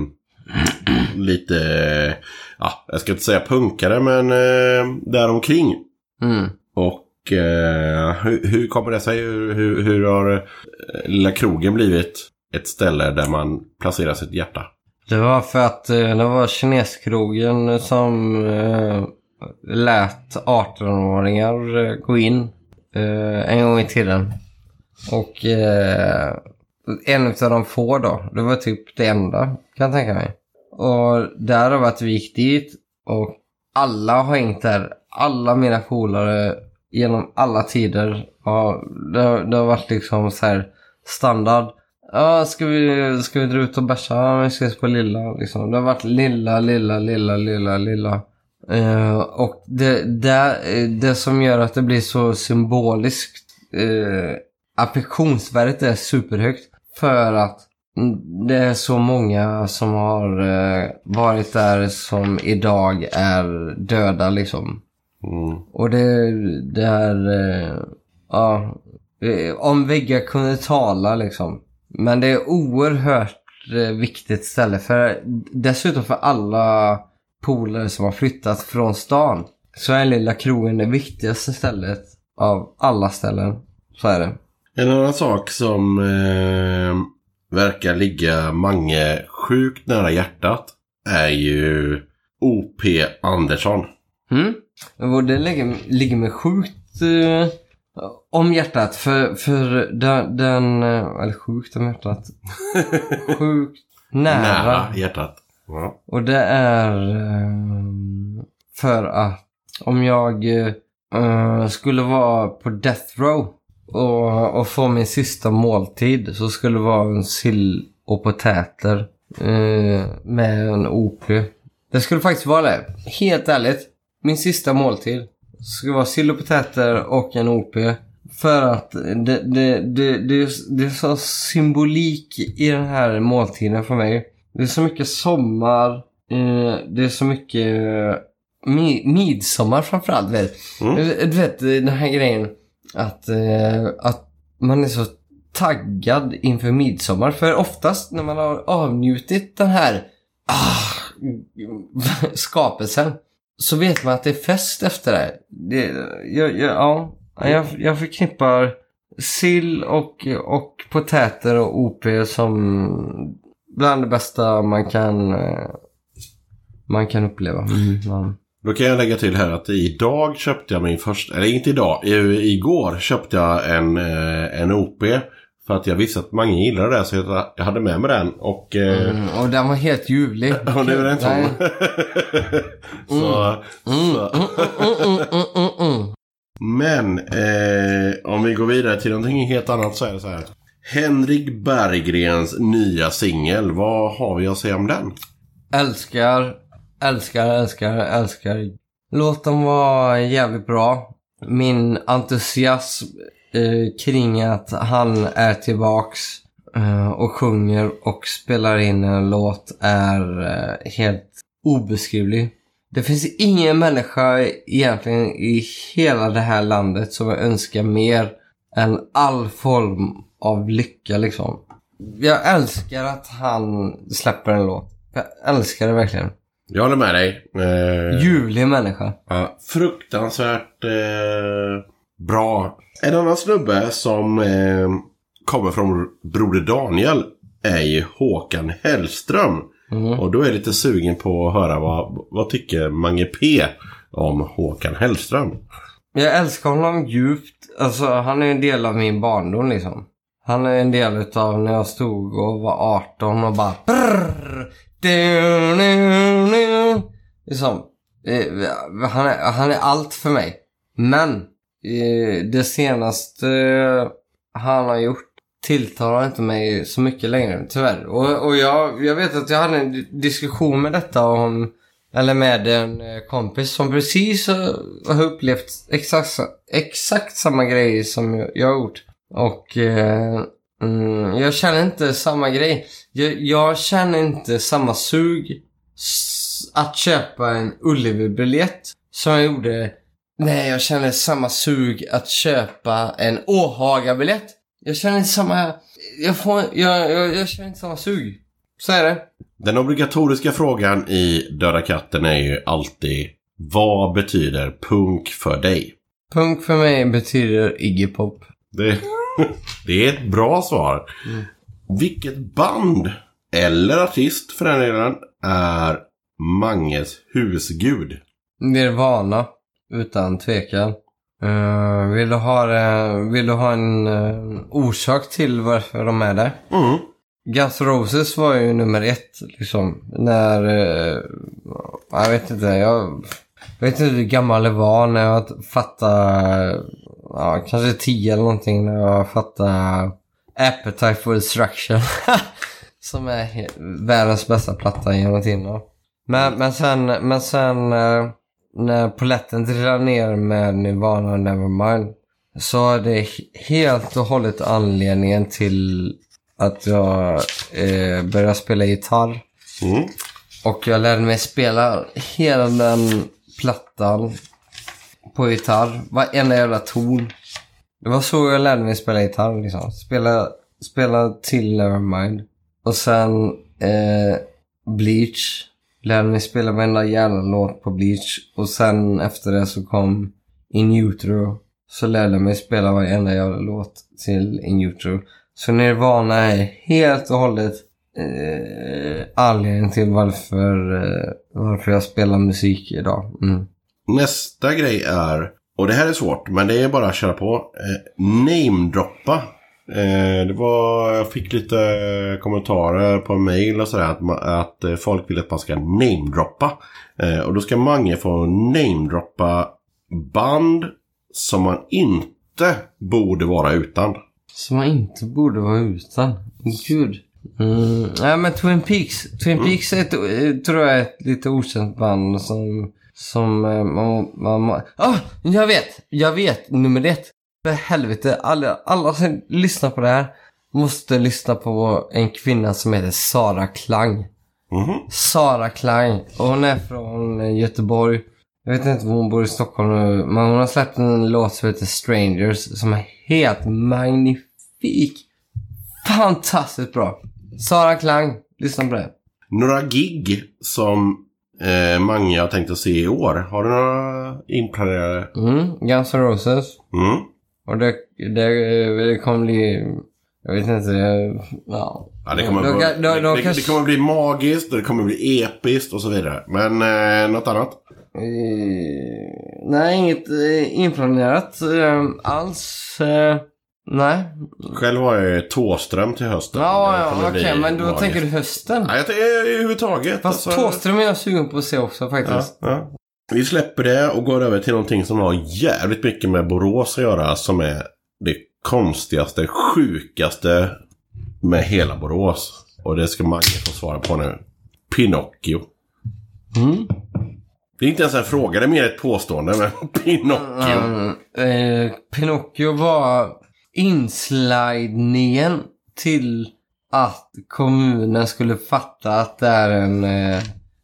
lite... Ja, jag ska inte säga punkare, men eh, däromkring. Mm. Och eh, hur, hur kommer det sig? Hur, hur, hur har eh, Lilla Krogen blivit ett ställe där man placerar sitt hjärta? Det var för att eh, det var kineskrogen som eh, lät arton-åringar eh, gå in eh, en gång i tiden. Och eh, en av de få då, det var typ det enda, kan jag tänka mig. Och där har varit vi gick dit och alla har hängt där. Alla mina polare genom alla tider. Ja, det, det har varit liksom så här standard. Ja, ska vi, ska vi dra ut och bärsa? Ja, vi ska på lilla liksom. Det har varit lilla, lilla, lilla, lilla, lilla. Uh, och det, det, det som gör att det blir så symboliskt, uh, affektionsvärdet är superhögt. För att det är så många som har uh, varit där som idag är döda liksom. Mm. Och det, det är uh, ja, om väggar kunde tala liksom. Men det är oerhört uh, viktigt ställe för dessutom för alla polare som har flyttat från stan, så är Lilla Krogen det viktigaste stället av alla ställen. Så är det. En annan sak som eh, verkar ligga Mange sjukt nära hjärtat är ju O P Andersson. Mm. Och det ligger, ligger mig sjukt eh, om hjärtat. För, för den, den... Eller sjukt om hjärtat. Sjukt nära. Nära hjärtat. Ja. Och det är för att om jag uh, skulle vara på death row och, och få min sista måltid så skulle det vara en sill och potäter eh, med en O P. Det skulle faktiskt vara det. Helt ärligt. Min sista måltid skulle vara sill och potäter och en O P. För att det, det, det, det, det är så symbolik i den här måltiden för mig. Det är så mycket sommar. Eh, det är så mycket mi, midsommar framförallt. Vet. Mm. Du vet den här grejen att, eh, att man är så taggad inför midsommar. För oftast när man har avnjutit den här ah, skapelsen så vet man att det är fest efter det. det jag, jag, ja, jag, jag förknippar sill och, och potäter och O P som bland det bästa man kan man kan uppleva. Mm, ja. Då kan jag lägga till här att idag köpte jag min första, eller inte idag, igår köpte jag en, en O P för att jag visste att många gillade det så jag hade med mig den och... Mm, och den var helt ljuvlig. Och det var den så. så, så. Men eh, om vi går vidare till någonting helt annat så är det så här. Henrik Berggrens nya singel, vad har vi att säga om den? Älskar, älskar, älskar, älskar. Låt dem vara jävligt bra. Min entusiasm eh, kring att han är tillbaks eh, och sjunger och spelar in en låt är eh, helt obeskrivlig. Det finns ingen människa egentligen i hela det här landet som jag önskar mer än all form av lycka liksom. Jag älskar att han släpper en låt. Jag älskar det verkligen. Jag håller med dig. Eh, Ljuvlig människa. Ja, fruktansvärt eh, bra. En annan snubbe som eh, kommer från Broder Daniel är ju Håkan Hellström. Mm. Och då är jag lite sugen på att höra vad, vad tycker Mange P om Håkan Hellström. Jag älskar honom djupt. Alltså han är en del av min barndom liksom. Han är en del utav när jag stod och var arton och bara brrr, du, nu, nu. Liksom, eh, han, är, han är allt för mig. Men eh, det senaste eh, han har gjort tilltalar inte mig så mycket längre, tyvärr. Och, och jag, jag vet att jag hade en diskussion med detta om, eller med en kompis som precis har upplevt exakt, exakt samma grej som jag, jag har gjort. Och eh, mm, jag känner inte samma grej. Jag, jag känner inte samma sug s- att köpa en Ullevi-biljett som jag gjorde. Nej, jag känner samma sug att köpa en Åhaga-biljett. Jag känner inte samma... Jag, får, jag, jag, jag känner inte samma sug. Så är det. Den obligatoriska frågan i Döda katten är ju alltid: vad betyder punk för dig? Punk för mig betyder Iggy Pop. Det, det är ett bra svar. Mm. Vilket band eller artist för den delen är Manges husgud? Nirvana, utan tvekan. Uh, vill du ha, uh, vill du ha en uh, orsak till varför de är där? Mm. Guns N' Roses var ju nummer ett liksom. När uh, jag vet inte jag, jag vet inte hur gammal det var när jag fattade uh, kanske tio eller någonting när jag fattade Appetite for Destruction som är he- världens bästa platta genom tiden. Men, men sen men sen uh, när poletten trillar ner med Nirvana och Nevermind så är det helt och hållet anledningen till att jag eh, började spela gitarr. Mm. Och jag lärde mig spela hela den plattan på gitarr. Varenda jävla ton. Det var så jag lärde mig spela gitarr liksom. Spela, spela till Nevermind. Och sen eh, Bleach. Lärde mig spela varenda jävla låt på Bleach. Och sen efter det så kom In Utero. Så lärde jag mig spela varenda jävla låt till In Utero. Så Nirvana är helt och hållet eh, anledningen till varför, eh, varför jag spelar musik idag. Mm. Nästa grej är, och det här är svårt men det är bara att köra på, eh, namedroppa. Eh, det var, jag fick lite kommentarer på mail och sådär att, att folk vill att man ska namedroppa. Eh, och då ska Mange få namedroppa band som man inte inte borde vara utan. Som man inte borde vara utan. Gud. Mm. Ja, men Twin Peaks. Twin mm. Peaks är ett, tror jag är ett lite okänt band som... Som man... man, man ah, jag vet. Jag vet. Nummer ett. För helvete. Alla, alla som lyssnar på det här måste lyssna på en kvinna som heter Sara Klang. Mm-hmm. Sara Klang. Och hon är från Göteborg. Jag vet inte var hon bor i Stockholm nu. Men hon har släppt en låt som heter Strangers. Som är helt magnifik. Fantastiskt bra. Sara Klang. Lyssna på det. Några gig som eh, många har tänkt att se i år. Har du några inplanerade? Mm, Guns N' Roses. Mm. Och det, det, det kommer bli... Jag vet inte... Ja, ja det, kommer de, bli, de, de, de det, kanske... det kommer bli magiskt. Det kommer bli episkt och så vidare. Men eh, något annat? Eh, nej, inget eh, inplanerat eh, alls. Eh, nej. Själv har jag Tåström till hösten. Ja, ja okej. Okay, men då magiskt. Tänker du hösten? Nej, jag tänker överhuvudtaget. Fast alltså... Tåström är jag sugen på att se också faktiskt. Ja, ja. Vi släpper det och går över till någonting som har jävligt mycket med Borås att göra. Som är det konstigaste, sjukaste med hela Borås. Och det ska Mange få svara på nu. Pinocchio. Mm. Det är inte ens en fråga, det är mer ett påstående. Men Pinocchio. Mm, eh, Pinocchio var inslidningen till att kommunen skulle fatta att det är en eh,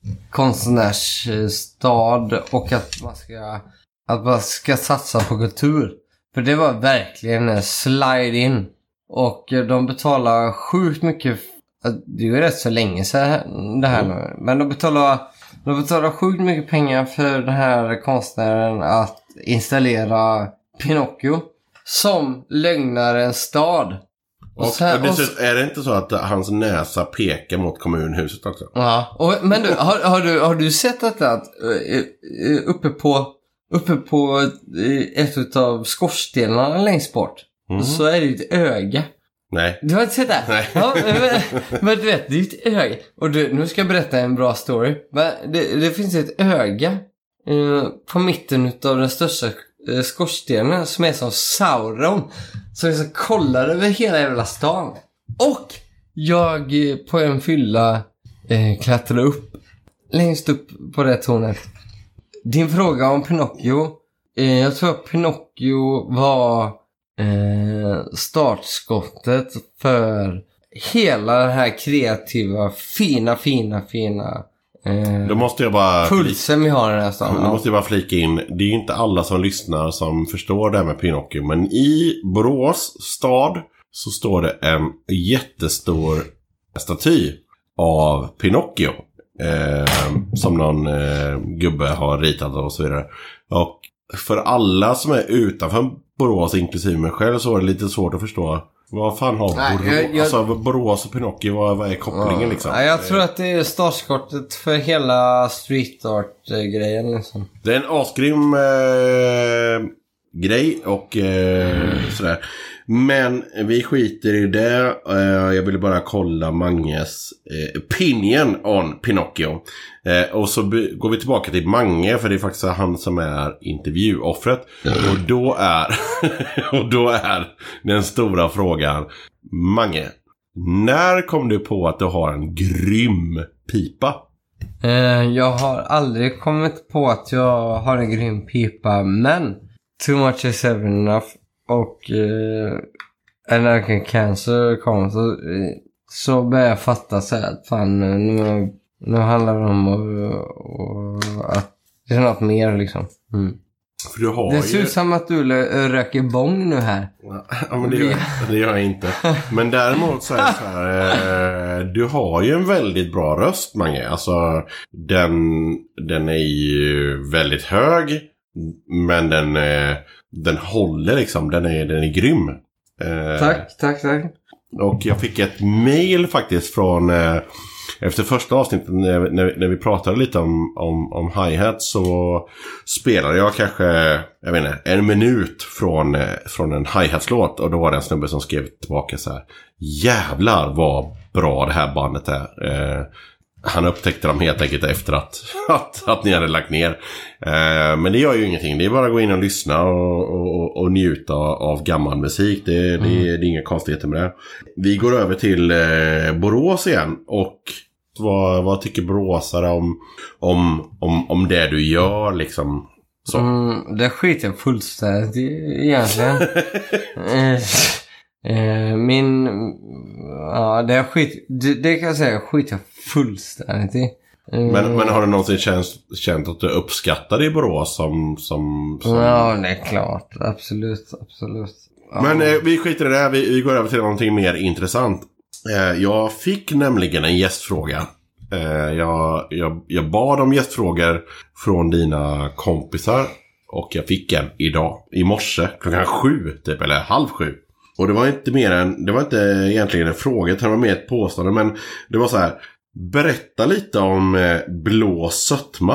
konstnärsstad och att man ska att man ska satsa på kultur. För det var verkligen en slide in. Och de betalar sjukt mycket. Det är ju rätt så länge sedan det här nu. Mm. Men de betalar, de betalar sjukt mycket pengar för den här konstnären att installera Pinocchio som lögnarens stad. Och, och, sen, och det, är det inte så att hans näsa pekar mot kommunhuset också? Ja, och, men du har, har du har du sett att, att uppe på uppe på ett av skorstenarna längst bort mm. så är det ett öga. Nej. Du har inte sett det? Nej. Ja, men, men du vet, det är ett öga. Och du, nu ska jag berätta en bra story. Men det, det finns ett öga eh, på mitten av den största eh, skorstenen som är som Sauron. Som liksom kollar över hela jävla stan. Och jag eh, på en fylla eh, klättrade upp längst upp på det tornet. Din fråga om Pinocchio. Eh, jag tror att Pinocchio var eh, startskottet för hela den här kreativa, fina, fina, fina eh, då måste jag bara pulsen vi har i den här stan. Då måste jag bara flika in. Det är ju inte alla som lyssnar som förstår det här med Pinocchio. Men i Borås stad så står det en jättestor staty av Pinocchio. Eh, som någon eh, gubbe har ritat och så vidare. Och för alla som är utanför Borås, inklusive mig själv, så är det lite svårt att förstå. Vad fan har Nej, Borås, jag, jag... Alltså, Borås och Pinocchio, vad, vad är kopplingen ja, liksom? Jag tror att det är startskottet för hela street art-grejen liksom. Det är en asgrym eh, grej och eh, sådär. Men vi skiter i det. Uh, jag ville bara kolla Manges uh, opinion on Pinocchio. Uh, och så be- går vi tillbaka till Mange, för det är faktiskt han som är intervjuoffret. Mm. Och då är och då är den stora frågan: Mange, när kom du på att du har en grym pipa? Uh, jag har aldrig kommit på att jag har en grym pipa, men Too Much Is Ever Enough och eh, American Cancer kom så, eh, så började jag fatta så att fan, nu, nu handlar det om och, och, att det är något mer liksom. Mm. För du har det ser ut ju... som att du röker bong nu här. Ja, men det gör, det gör jag inte. Men däremot så är det så här, eh, du har ju en väldigt bra röst, Mange. Alltså, den, den är ju väldigt hög, men den eh, den håller liksom, den är, den är grym. Eh, tack, tack, tack. Och jag fick ett mail faktiskt från eh, efter första avsnittet när, när, när vi pratade lite om, om, om hi-hat, så spelade jag kanske, jag vet inte, en minut från, eh, från en hi-hat-låt, och då var det en snubbe som skrev tillbaka så här: jävlar vad bra det här bandet är. Eh, han upptäckte dem helt enkelt efter att, att, att ni hade lagt ner. Eh, men det gör ju ingenting. Det är bara att gå in och lyssna och, och, och njuta av gammal musik. Det, mm. det, det är inga konstigheter med det. Vi går över till eh, Borås igen. Och vad, vad tycker boråsare om, om, om, om det du gör liksom? Så. Mm, det skiter jag fullständigt egentligen. eh, eh, min ja, det, skit, det, det kan jag säga skiter jag fullständigt i. eh, men, men har du någonsin känt, känt att du uppskattar det i Borås som, som, som... Ja, det är klart. Absolut, absolut. Ja. Men eh, vi skiter i det här. Vi, vi går över till någonting mer intressant. eh, Jag fick nämligen en gästfråga. Jag, jag, jag bad om gästfrågor från dina kompisar. Och jag fick en idag, i morse, klockan sju typ, eller halv sju. Och det var inte mer än, det var inte egentligen en fråga, det var mer ett påstående. Men det var så här: berätta lite om eh, blå sötma.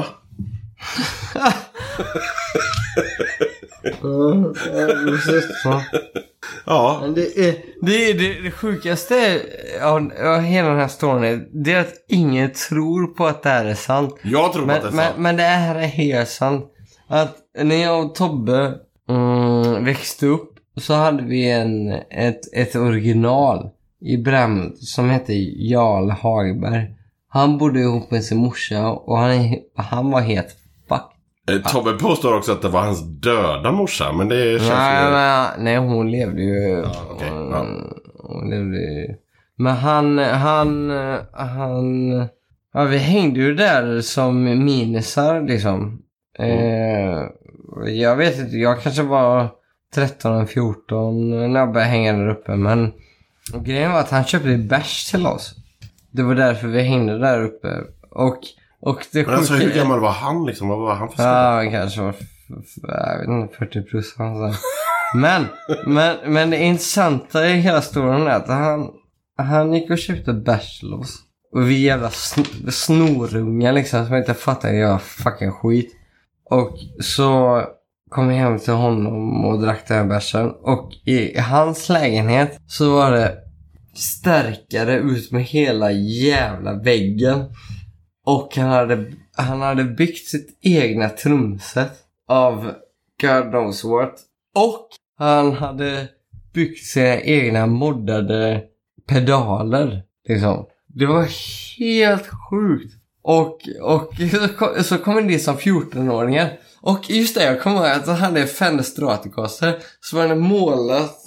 Ja. Det, är, det, är, det, det sjukaste av ja, hela den här storyn, det är att ingen tror på att det här är sant. Jag tror men, på att det är men, sant. Men det här är helt sant. Att när jag och Tobbe mm, växte upp så hade vi en, ett, ett original i Brämhult som hette Jarl Hagberg. Han bodde ihop med sin morsa och han, han var helt fuck. Eh, Tobbe påstår också att det var hans döda morsa, men det känns nej, ju... men, nej, hon levde ju. Ja, okay. hon, ja. hon levde ju. Men han, han, han, ja, vi hängde ju där som minisar liksom. Mm. Eh, jag vet inte, jag kanske var tretton fjorton när jag började hänga där uppe, men grejen var att han köpte bärs till oss. Det var därför vi hängde där uppe. Och Och det men alltså hur gammal var han liksom? Vad var han för ja, han kanske var jag vet inte, fyrtio plus alltså. men, men, men det intressanta i hela storyn är att han, han gick och köpte bachelors. Och vi jävla sn- snorungar liksom som inte fattar att jag fucking skit. Och så kom jag hem till honom och drack den här bärsen. Och i hans lägenhet så var det stärkare ut med hela jävla väggen. Och han hade, han hade byggt sitt egna trumset av God knows what. Och han hade byggt sina egna moddade pedaler. Liksom. Det var helt sjukt. Och, och så, så kom det som fjorton-åringar. Och just det, jag kommer ihåg att han hade Fender Stratocaster. Så var det målat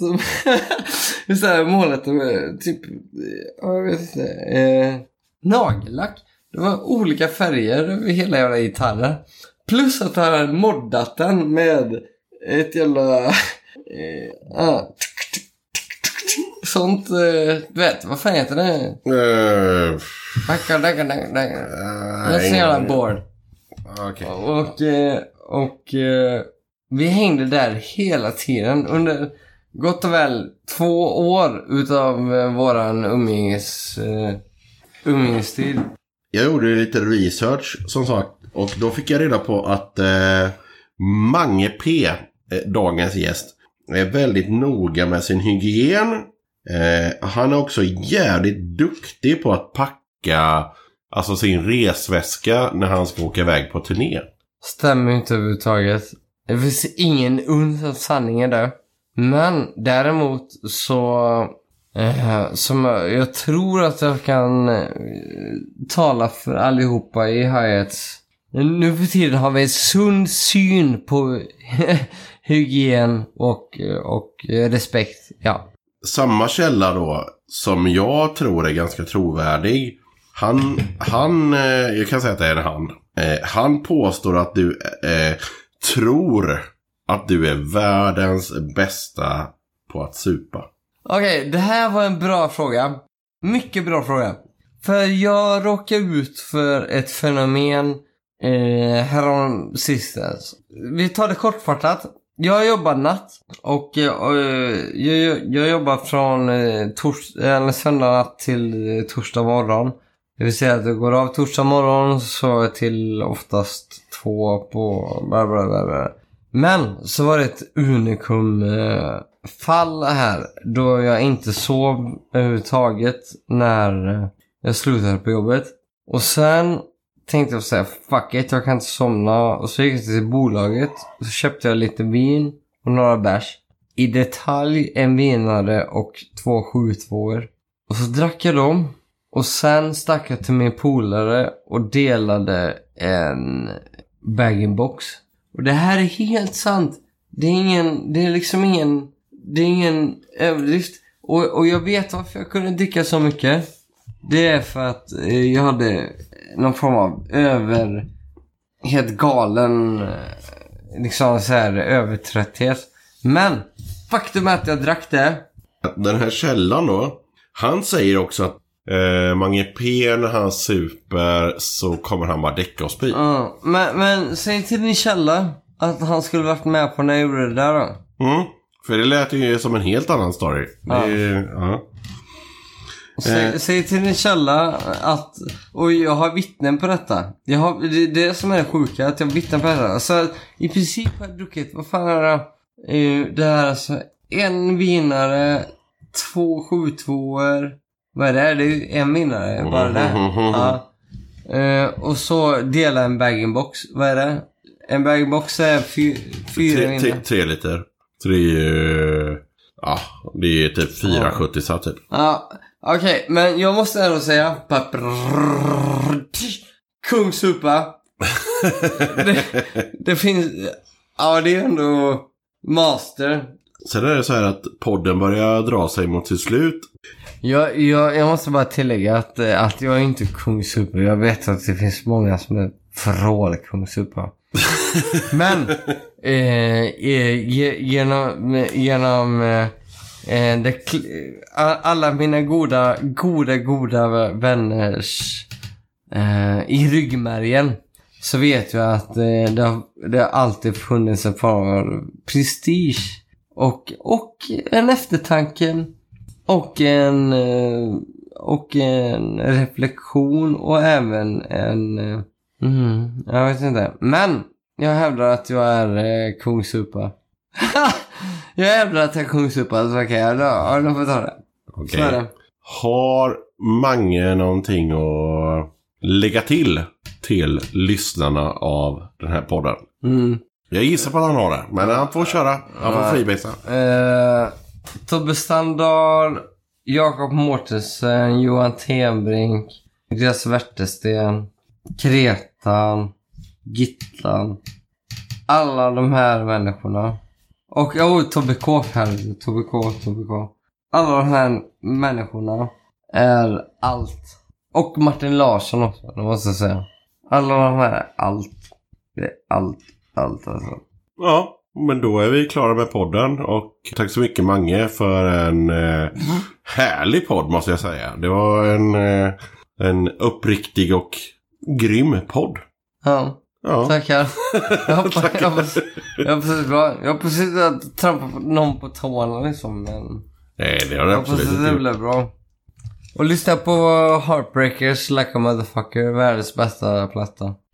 just det, målat med typ, jag vet inte, eh, nagellack. Det var olika färger över hela jävla gitarren. Plus att han hade moddat den med ett jävla eh, ah, sånt, eh, du vet, vad fan heter det? Uh, Backa, backa, backa, backa. Det är så jävla board. Okay. Och, eh, och eh, vi hängde där hela tiden under gott och väl två år utav eh, våran umgänges, eh, umgängestid. Jag gjorde lite research som sagt och då fick jag reda på att eh, Mange P, eh, dagens gäst, är väldigt noga med sin hygien. Eh, han är också jävligt duktig på att packa alltså sin resväska när han ska åka iväg på turné. Stämmer inte överhuvudtaget. Det finns ingen uns av sanningen där. Men däremot så... Eh, som jag tror att jag kan eh, tala för allihopa i Hayats. Nu för tiden har vi en sund syn på hygien och, och respekt. Ja. Samma källa då som jag tror är ganska trovärdig. Han, han eh, jag kan säga att det är han. Eh, han påstår att du eh, tror att du är världens bästa på att supa. Okej, okay, det här var en bra fråga. Mycket bra fråga. För jag råkade ut för ett fenomen eh, härom sistens. Vi tar det kortfattat. Jag jobbar natt och eh, jag, jag jobbar från eh, tors- eller söndag natt till eh, torsdag morgon. Det vill säga att det går av torsdag morgon så till oftast två på bla bla bla bla. Men så var det ett unikum eh, fall här då jag inte sov överhuvudtaget när jag slutade på jobbet. Och sen tänkte jag säga, fuck it, jag kan inte somna. Och så gick jag till bolaget och så köpte jag lite vin och några bärs. I detalj en vinare och två sjuttiotvåor. Och så drack jag dem. Och sen stack jag till min polare och delade en bag-in-box. Och det här är helt sant. Det är ingen, det är liksom ingen, det är ingen överdrift. Och, och jag vet varför jag kunde dricka så mycket. Det är för att eh, jag hade någon form av över, helt galen, eh, liksom så här övertrötthet. Men faktum är att jag drack det. Den här källan då, han säger också att eh, Mange P, när han super så kommer han bara däcka och spy. Uh, men, men säg till din källa att han skulle varit med på när jag gjorde det där då. Mm, för det lät ju som en helt annan story. Ja. Det, ja. Säg, Eh. säg till din källa att, och jag har vittnen på detta. Jag har, det, det som är det sjuka, att jag har vittnen på detta. Så i princip har jag druckit, vad fan är det? Eh, det här är alltså en vinnare, två sjuttiotvåor. Vad är det? Det är en vinnare, bara det. Ja. Eh, och så dela en bag-in-box. Vad är det? En bag-in-box är fy, fyra tre, vinnare. tre, tre liter. Så det är ju, ja, det är typ fyra sjuttio så typ. Ja, okej, okay, men jag måste ändå säga Kungsupa. det, det finns, ja, det är ändå master. Sen är det så här att podden börjar dra sig mot sitt slut. Jag, jag, jag måste bara tillägga att, att jag är inte Kungsupa. Jag vet att det finns många som är vrål Kungsupa. Men eh, eh, genom, genom eh, det, alla mina goda, goda, goda vänners eh, i ryggmärgen, så vet jag att eh, det, har, det har alltid funnits en form av prestige och, och en eftertanke och en, eh, och en reflektion och även en eh, mm, jag vet inte, men jag hävdar att jag är eh, Kungsupa. Jag hävdar att jag är Kungsupa, så okej, okay, jag, jag, jag får ta det. Okej. Okay. Har Mange någonting att lägga till till lyssnarna av den här podden? Mm. Jag gissar på att han har det, men han får köra. Han får freebasea. Eh, Tobbe Standard, Jakob Mårtensen, Johan Tenbrink, Gräs Wärtesten, Kretan, Gittlan. Alla de här människorna. Och oh, Tobbe K här. Tobbe K, Tobbe K. Alla de här människorna är allt. Och Martin Larsson också, det måste jag säga. Alla de här är allt. Det är allt, allt alltså. Ja, men då är vi klara med podden. Och tack så mycket Mange för en eh, härlig podd, måste jag säga. Det var en, eh, en uppriktig och grym podd. Ja. Ja. Tackar. Jag hoppas, Tackar. Jag hoppas, jag hoppas bra. Jag hoppas inte att trampa någon på tårna liksom, men nej, det har det absolut inte. Jag hoppas det blir bra. Och lyssna på Heartbreakers, Like a Motherfucker, världens bästa platta.